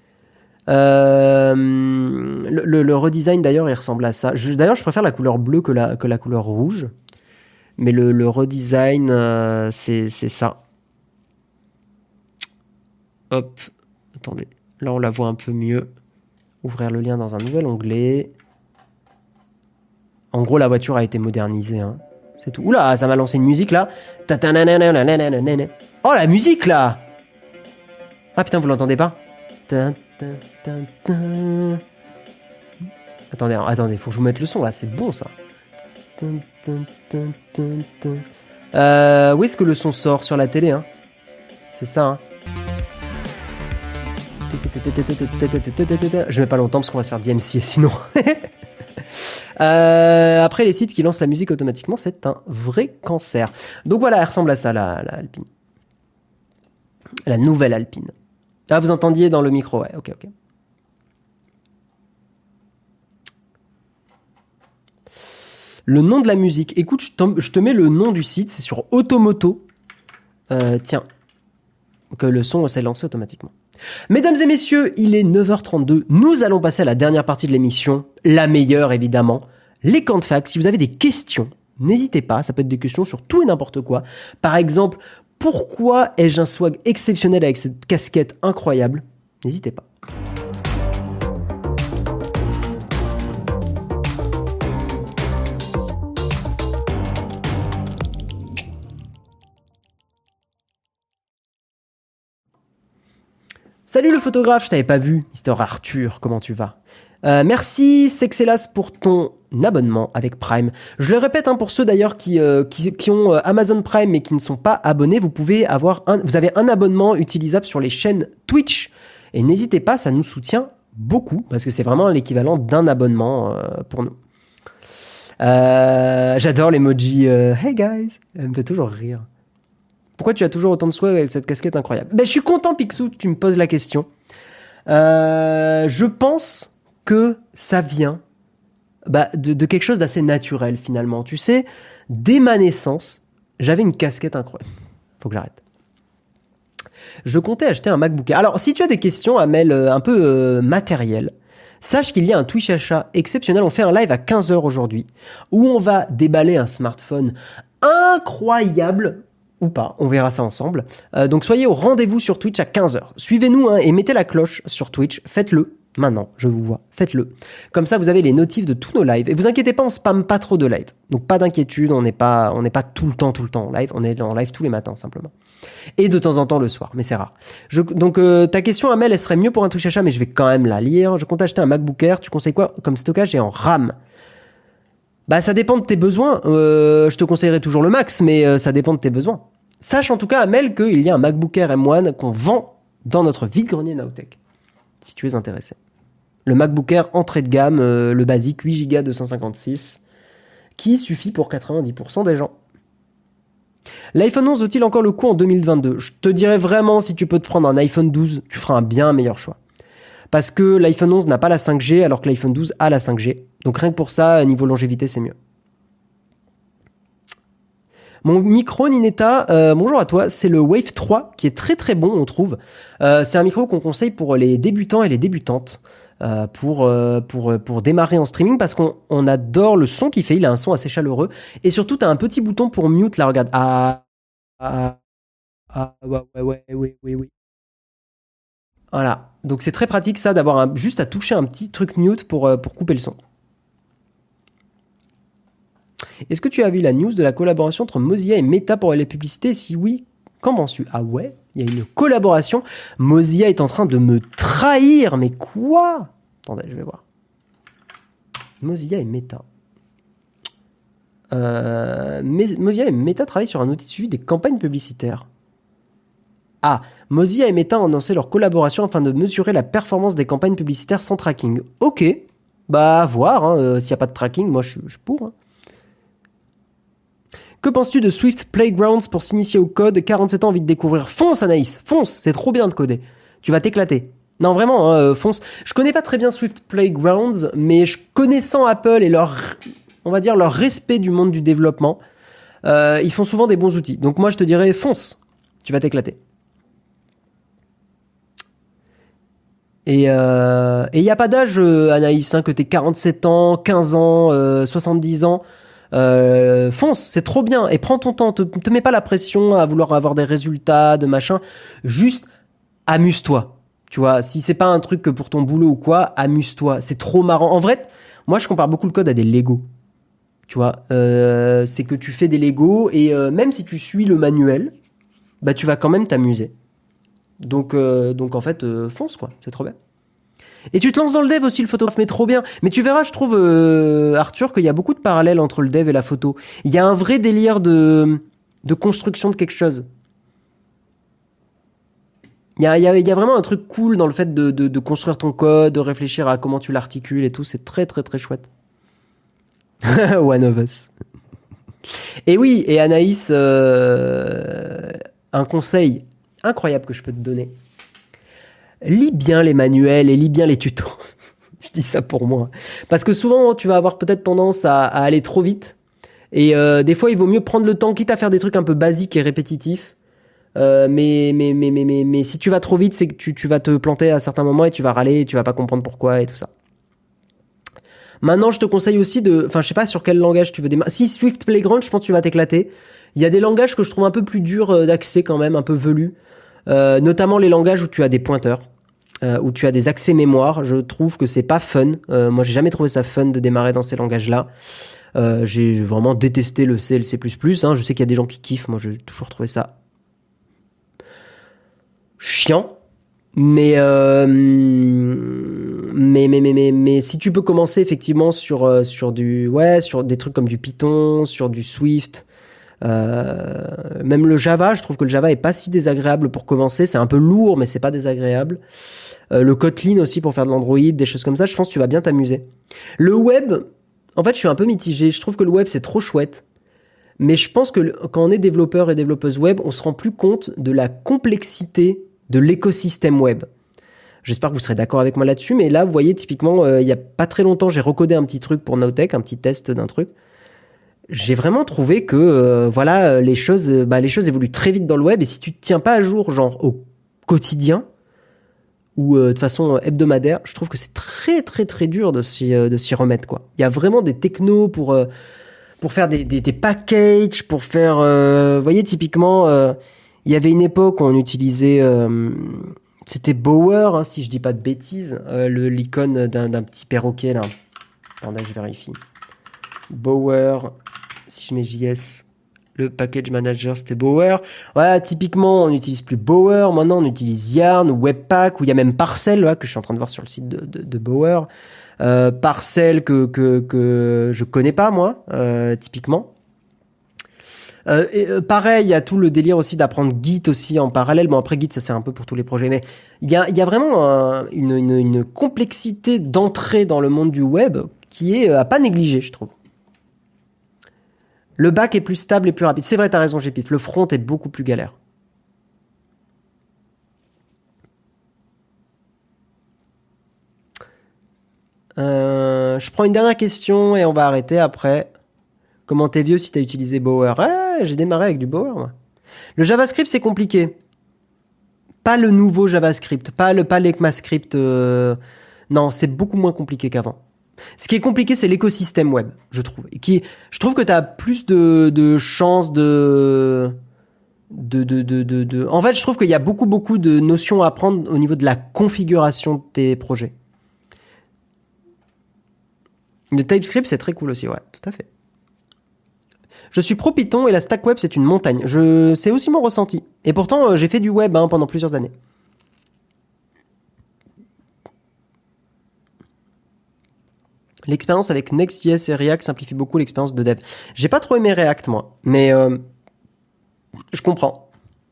Le redesign, d'ailleurs, il ressemble à ça. D'ailleurs, je préfère la couleur bleue que la couleur rouge. Mais le redesign, c'est ça. Hop, attendez. Là, on la voit un peu mieux. Ouvrir le lien dans un nouvel onglet. En gros, la voiture a été modernisée. Hein. C'est tout. Oula, ça m'a lancé une musique, là. Oh, la musique, là. Ah, putain, vous l'entendez pas? Attendez, faut que je vous mette le son, là. C'est bon, ça. Où est-ce que le son sort? Sur la télé, hein. C'est ça, hein. Je mets pas longtemps parce qu'on va se faire DMC sinon. Après, les sites qui lancent la musique automatiquement, c'est un vrai cancer. Donc voilà, elle ressemble à ça, la Alpine. La nouvelle Alpine. Ah, vous entendiez dans le micro, ouais, ok. Le nom de la musique. Écoute, je te mets le nom du site, c'est sur Automoto. Tiens, que le son s'est lancé automatiquement. Mesdames et messieurs, il est 9h32. Nous allons passer à la dernière partie de l'émission. La meilleure, évidemment. Les camps de fac. Si vous avez des questions, n'hésitez pas. Ça peut être des questions sur tout et n'importe quoi. Par exemple, pourquoi ai-je un swag exceptionnel avec cette casquette incroyable? N'hésitez pas. Salut le photographe, je t'avais pas vu. Mister Arthur, comment tu vas? Merci Sexelas pour ton abonnement avec Prime. Je le répète, hein, pour ceux d'ailleurs qui ont Amazon Prime mais qui ne sont pas abonnés, vous avez un abonnement utilisable sur les chaînes Twitch. Et n'hésitez pas, ça nous soutient beaucoup parce que c'est vraiment l'équivalent d'un abonnement pour nous. J'adore l'emoji Hey guys, elle me fait toujours rire. Pourquoi tu as toujours autant de swag avec cette casquette incroyable? Je suis content, Picsou, que tu me poses la question. Je pense que ça vient de quelque chose d'assez naturel, finalement. Tu sais, dès ma naissance, j'avais une casquette incroyable. Faut que j'arrête. Je comptais acheter un MacBook Air. Alors, si tu as des questions, Amel, un peu matérielles, sache qu'il y a un Twitch achat exceptionnel. On fait un live à 15h aujourd'hui, où on va déballer un smartphone incroyable, ou pas, on verra ça ensemble. Donc soyez au rendez-vous sur Twitch à 15h. Suivez-nous, hein, et mettez la cloche sur Twitch, faites-le. Maintenant, je vous vois. Faites-le. Comme ça, vous avez les notifs de tous nos lives. Et vous inquiétez pas, on spamme pas trop de live. Donc pas d'inquiétude, on n'est pas tout le temps en live. On est en live tous les matins simplement. Et de temps en temps le soir, mais c'est rare. Donc ta question, Amel, elle serait mieux pour un truc achat, mais je vais quand même la lire. Je compte acheter un MacBook Air. Tu conseilles quoi comme stockage et en RAM? Bah ça dépend de tes besoins. Je te conseillerais toujours le max, mais ça dépend de tes besoins. Sache en tout cas, Amel, qu'il y a un MacBook Air M1 qu'on vend dans notre vide-grenier Nowtech. Si tu es intéressé. Le MacBook Air entrée de gamme, le basique 8Go 256, qui suffit pour 90% des gens. L'iPhone 11 vaut-il encore le coup en 2022? Je te dirais vraiment, si tu peux te prendre un iPhone 12, tu feras un bien meilleur choix. Parce que l'iPhone 11 n'a pas la 5G, alors que l'iPhone 12 a la 5G. Donc rien que pour ça, niveau longévité, c'est mieux. Mon micro Ninetta, bonjour à toi, c'est le Wave 3 qui est très très bon, on trouve. C'est un micro qu'on conseille pour les débutants et les débutantes. Pour démarrer en streaming parce qu'on adore le son qu'il fait, il a un son assez chaleureux et surtout t'as un petit bouton pour mute là, regarde. Oui. Voilà, donc c'est très pratique ça d'avoir juste à toucher un petit truc mute pour couper le son. Est-ce que tu as vu la news de la collaboration entre Mozilla et Meta pour les publicités? Si oui, qu'en penses-tu? Ah ouais, il y a une collaboration. Mozilla est en train de me trahir, mais quoi? Attendez, je vais voir. Mozilla et Meta. Mozilla et Meta travaillent sur un outil de suivi des campagnes publicitaires. Ah, Mozilla et Meta ont annoncé leur collaboration afin de mesurer la performance des campagnes publicitaires sans tracking. Ok, bah à voir, hein, s'il n'y a pas de tracking, moi je suis pour. Hein. Que penses-tu de Swift Playgrounds pour s'initier au code? 47 ans, envie de découvrir. Fonce Anaïs, fonce, c'est trop bien de coder. Tu vas t'éclater. Non, vraiment, hein, fonce. Je connais pas très bien Swift Playgrounds, mais connaissant Apple et on va dire leur respect du monde du développement, ils font souvent des bons outils. Donc moi, je te dirais, fonce. Tu vas t'éclater. Et il n'y a pas d'âge, Anaïs, hein, que t'aies 47 ans, 15 ans, 70 ans. Fonce, c'est trop bien. Et prends ton temps. Te mets pas la pression à vouloir avoir des résultats, de machin. Juste, amuse-toi. Tu vois, si c'est pas un truc que pour ton boulot ou quoi, amuse-toi. C'est trop marrant. En vrai, moi, je compare beaucoup le code à des Lego. Tu vois, c'est que tu fais des Lego et même si tu suis le manuel, bah tu vas quand même t'amuser. Donc en fait, fonce quoi. C'est trop bien. Et tu te lances dans le dev aussi, le photographe, mais trop bien. Mais tu verras, je trouve, Arthur, qu'il y a beaucoup de parallèles entre le dev et la photo. Il y a un vrai délire de construction de quelque chose. Il y a vraiment un truc cool dans le fait de construire ton code, de réfléchir à comment tu l'articules et tout. C'est très, très, très chouette. One of us. Et oui, et Anaïs, un conseil incroyable que je peux te donner. Lis bien les manuels et lis bien les tutos. Je dis ça pour moi. Parce que souvent, tu vas avoir peut-être tendance à aller trop vite. Et des fois, il vaut mieux prendre le temps, quitte à faire des trucs un peu basiques et répétitifs. Mais si tu vas trop vite, c'est que tu vas te planter à certains moments et tu vas râler et tu vas pas comprendre pourquoi et tout ça. Maintenant, je te conseille aussi enfin, je sais pas sur quel langage tu veux démarrer. Si Swift Playground, je pense que tu vas t'éclater. Il y a des langages que je trouve un peu plus durs d'accès quand même, un peu velus. Notamment les langages où tu as des pointeurs, où tu as des accès mémoire. Je trouve que c'est pas fun. Moi, j'ai jamais trouvé ça fun de démarrer dans ces langages-là. J'ai vraiment détesté le C et le C++. Hein. Je sais qu'il y a des gens qui kiffent. Moi, j'ai toujours trouvé ça chiant. Mais si tu peux commencer effectivement sur des trucs comme du Python, sur du Swift, même le Java, je trouve que le Java est pas si désagréable pour commencer. C'est un peu lourd, mais c'est pas désagréable. Le Kotlin aussi pour faire de l'Android, des choses comme ça. Je pense que tu vas bien t'amuser. Le web, en fait, je suis un peu mitigé. Je trouve que le web c'est trop chouette. Mais je pense que quand on est développeur et développeuse web, on se rend plus compte de la complexité de l'écosystème web. J'espère que vous serez d'accord avec moi là-dessus, mais là, vous voyez, typiquement, il y a pas très longtemps, j'ai recodé un petit truc pour Nowtech, un petit test d'un truc. J'ai vraiment trouvé que, les choses évoluent très vite dans le web, et si tu te tiens pas à jour, genre, au quotidien, ou de façon hebdomadaire, je trouve que c'est très, très, très dur de s'y remettre, quoi. Il y a vraiment des technos pour faire des packages, pour faire, vous voyez, typiquement, il y avait une époque où on utilisait, C'était Bower, hein, si je dis pas de bêtises, l'icône d'un petit perroquet là. Attendez, je vérifie. Bower, si je mets JS, le package manager c'était Bower. Ouais, typiquement on n'utilise plus Bower, maintenant on utilise Yarn ou Webpack, ou il y a même Parcel là, que je suis en train de voir sur le site de Bower. Parcel que je connais pas moi, typiquement. Pareil, il y a tout le délire aussi d'apprendre Git aussi en parallèle. Bon, après Git, ça sert un peu pour tous les projets, mais il y a vraiment une complexité d'entrée dans le monde du web qui est à pas négliger, je trouve. Le back est plus stable et plus rapide. C'est vrai, t'as raison, GPIF. Le front est beaucoup plus galère. Je prends une dernière question et on va arrêter après. Comment t'es vieux si t'as utilisé Bower? Ouais, j'ai démarré avec du Bower, moi. Le JavaScript, c'est compliqué. Pas le nouveau JavaScript, pas l'ECMAScript. Non, c'est beaucoup moins compliqué qu'avant. Ce qui est compliqué, c'est l'écosystème web, je trouve. Je trouve que t'as plus de chances En fait, je trouve qu'il y a beaucoup de notions à apprendre au niveau de la configuration de tes projets. Le TypeScript, c'est très cool aussi, ouais, tout à fait. Je suis pro Python et la stack web, c'est une montagne. C'est aussi mon ressenti. Et pourtant, j'ai fait du web pendant plusieurs années. L'expérience avec Next.js et React simplifie beaucoup l'expérience de dev. J'ai pas trop aimé React, moi. Mais je comprends.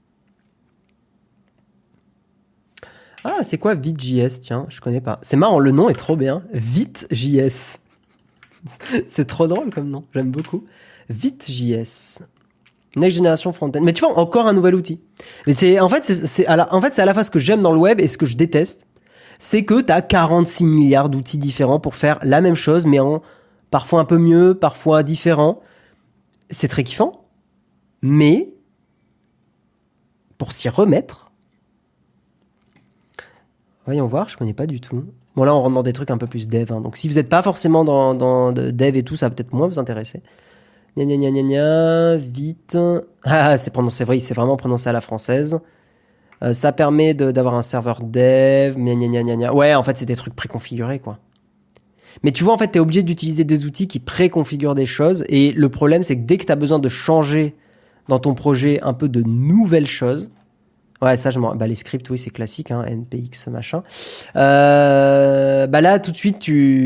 Ah, c'est quoi Vite.js? Tiens, je connais pas. C'est marrant, le nom est trop bien. Vite.js. C'est trop drôle comme nom. J'aime beaucoup. Vite.js. Next Generation Frontend. Mais tu vois, encore un nouvel outil. Mais c'est à la fois ce que j'aime dans le web et ce que je déteste. C'est que t'as 46 milliards d'outils différents pour faire la même chose, mais parfois un peu mieux, parfois différent. C'est très kiffant. Mais, pour s'y remettre, voyons voir, je connais pas du tout. Bon, là, on rentre dans des trucs un peu plus dev. Donc, si vous n'êtes pas forcément dans dev et tout, ça va peut-être moins vous intéresser. Vite. Ah, c'est vrai, c'est vraiment prononcé à la française. Ça permet d'avoir un serveur dev. Ouais, en fait, c'est des trucs préconfigurés, quoi. Mais tu vois, en fait, t'es obligé d'utiliser des outils qui préconfigurent des choses. Et le problème, c'est que dès que t'as besoin de changer dans ton projet un peu de nouvelles choses. Ouais, ça, les scripts, oui, c'est classique, hein, NPX, machin. Là, tout de suite,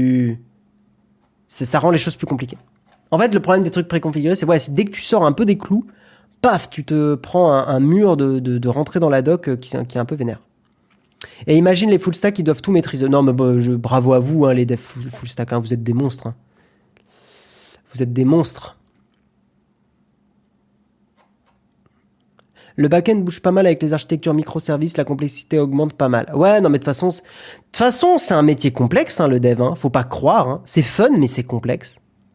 ça rend les choses plus compliquées. En fait, le problème des trucs préconfigurés, c'est dès que tu sors un peu des clous, paf, tu te prends un mur de rentrer dans la doc qui est un peu vénère. Et imagine les full stack qui doivent tout maîtriser. Non, mais bravo à vous, hein, les devs full stack, hein, vous êtes des monstres. Hein. Vous êtes des monstres. Le back-end bouge pas mal avec les architectures microservices, la complexité augmente pas mal. Ouais, non, mais de toute façon, c'est un métier complexe, hein, le dev. Hein. Faut pas croire. Hein. C'est fun, mais c'est complexe.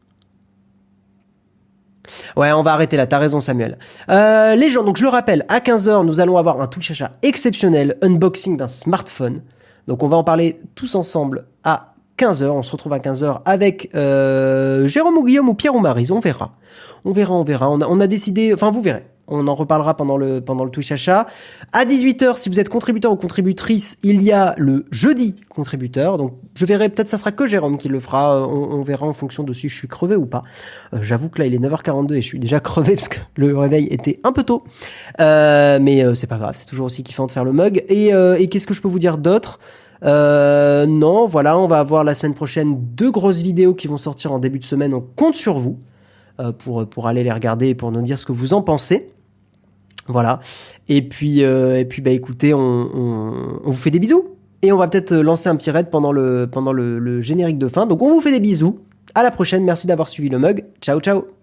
Ouais, on va arrêter là, t'as raison Samuel. Les gens, donc je le rappelle, à 15h, nous allons avoir un Twitch achat exceptionnel, unboxing d'un smartphone. Donc on va en parler tous ensemble à 15h, on se retrouve à 15h avec Jérôme ou Guillaume ou Pierre ou Maryse, on verra. On a décidé, enfin vous verrez. On en reparlera pendant le Twitch achat. À 18h, si vous êtes contributeur ou contributrice, il y a le jeudi contributeur. Donc, je verrai, peut-être ça sera que Jérôme qui le fera. On verra en fonction de si je suis crevé ou pas. J'avoue que là, il est 9h42 et je suis déjà crevé parce que le réveil était un peu tôt. Mais c'est pas grave, c'est toujours aussi kiffant de faire le mug. Et qu'est-ce que je peux vous dire d'autre? Non, voilà, on va avoir la semaine prochaine 2 grosses vidéos qui vont sortir en début de semaine. On compte sur vous pour aller les regarder et pour nous dire ce que vous en pensez. Voilà. Et puis écoutez, on vous fait des bisous. Et on va peut-être lancer un petit raid pendant le générique de fin. Donc on vous fait des bisous. À la prochaine. Merci d'avoir suivi le mug. Ciao, ciao.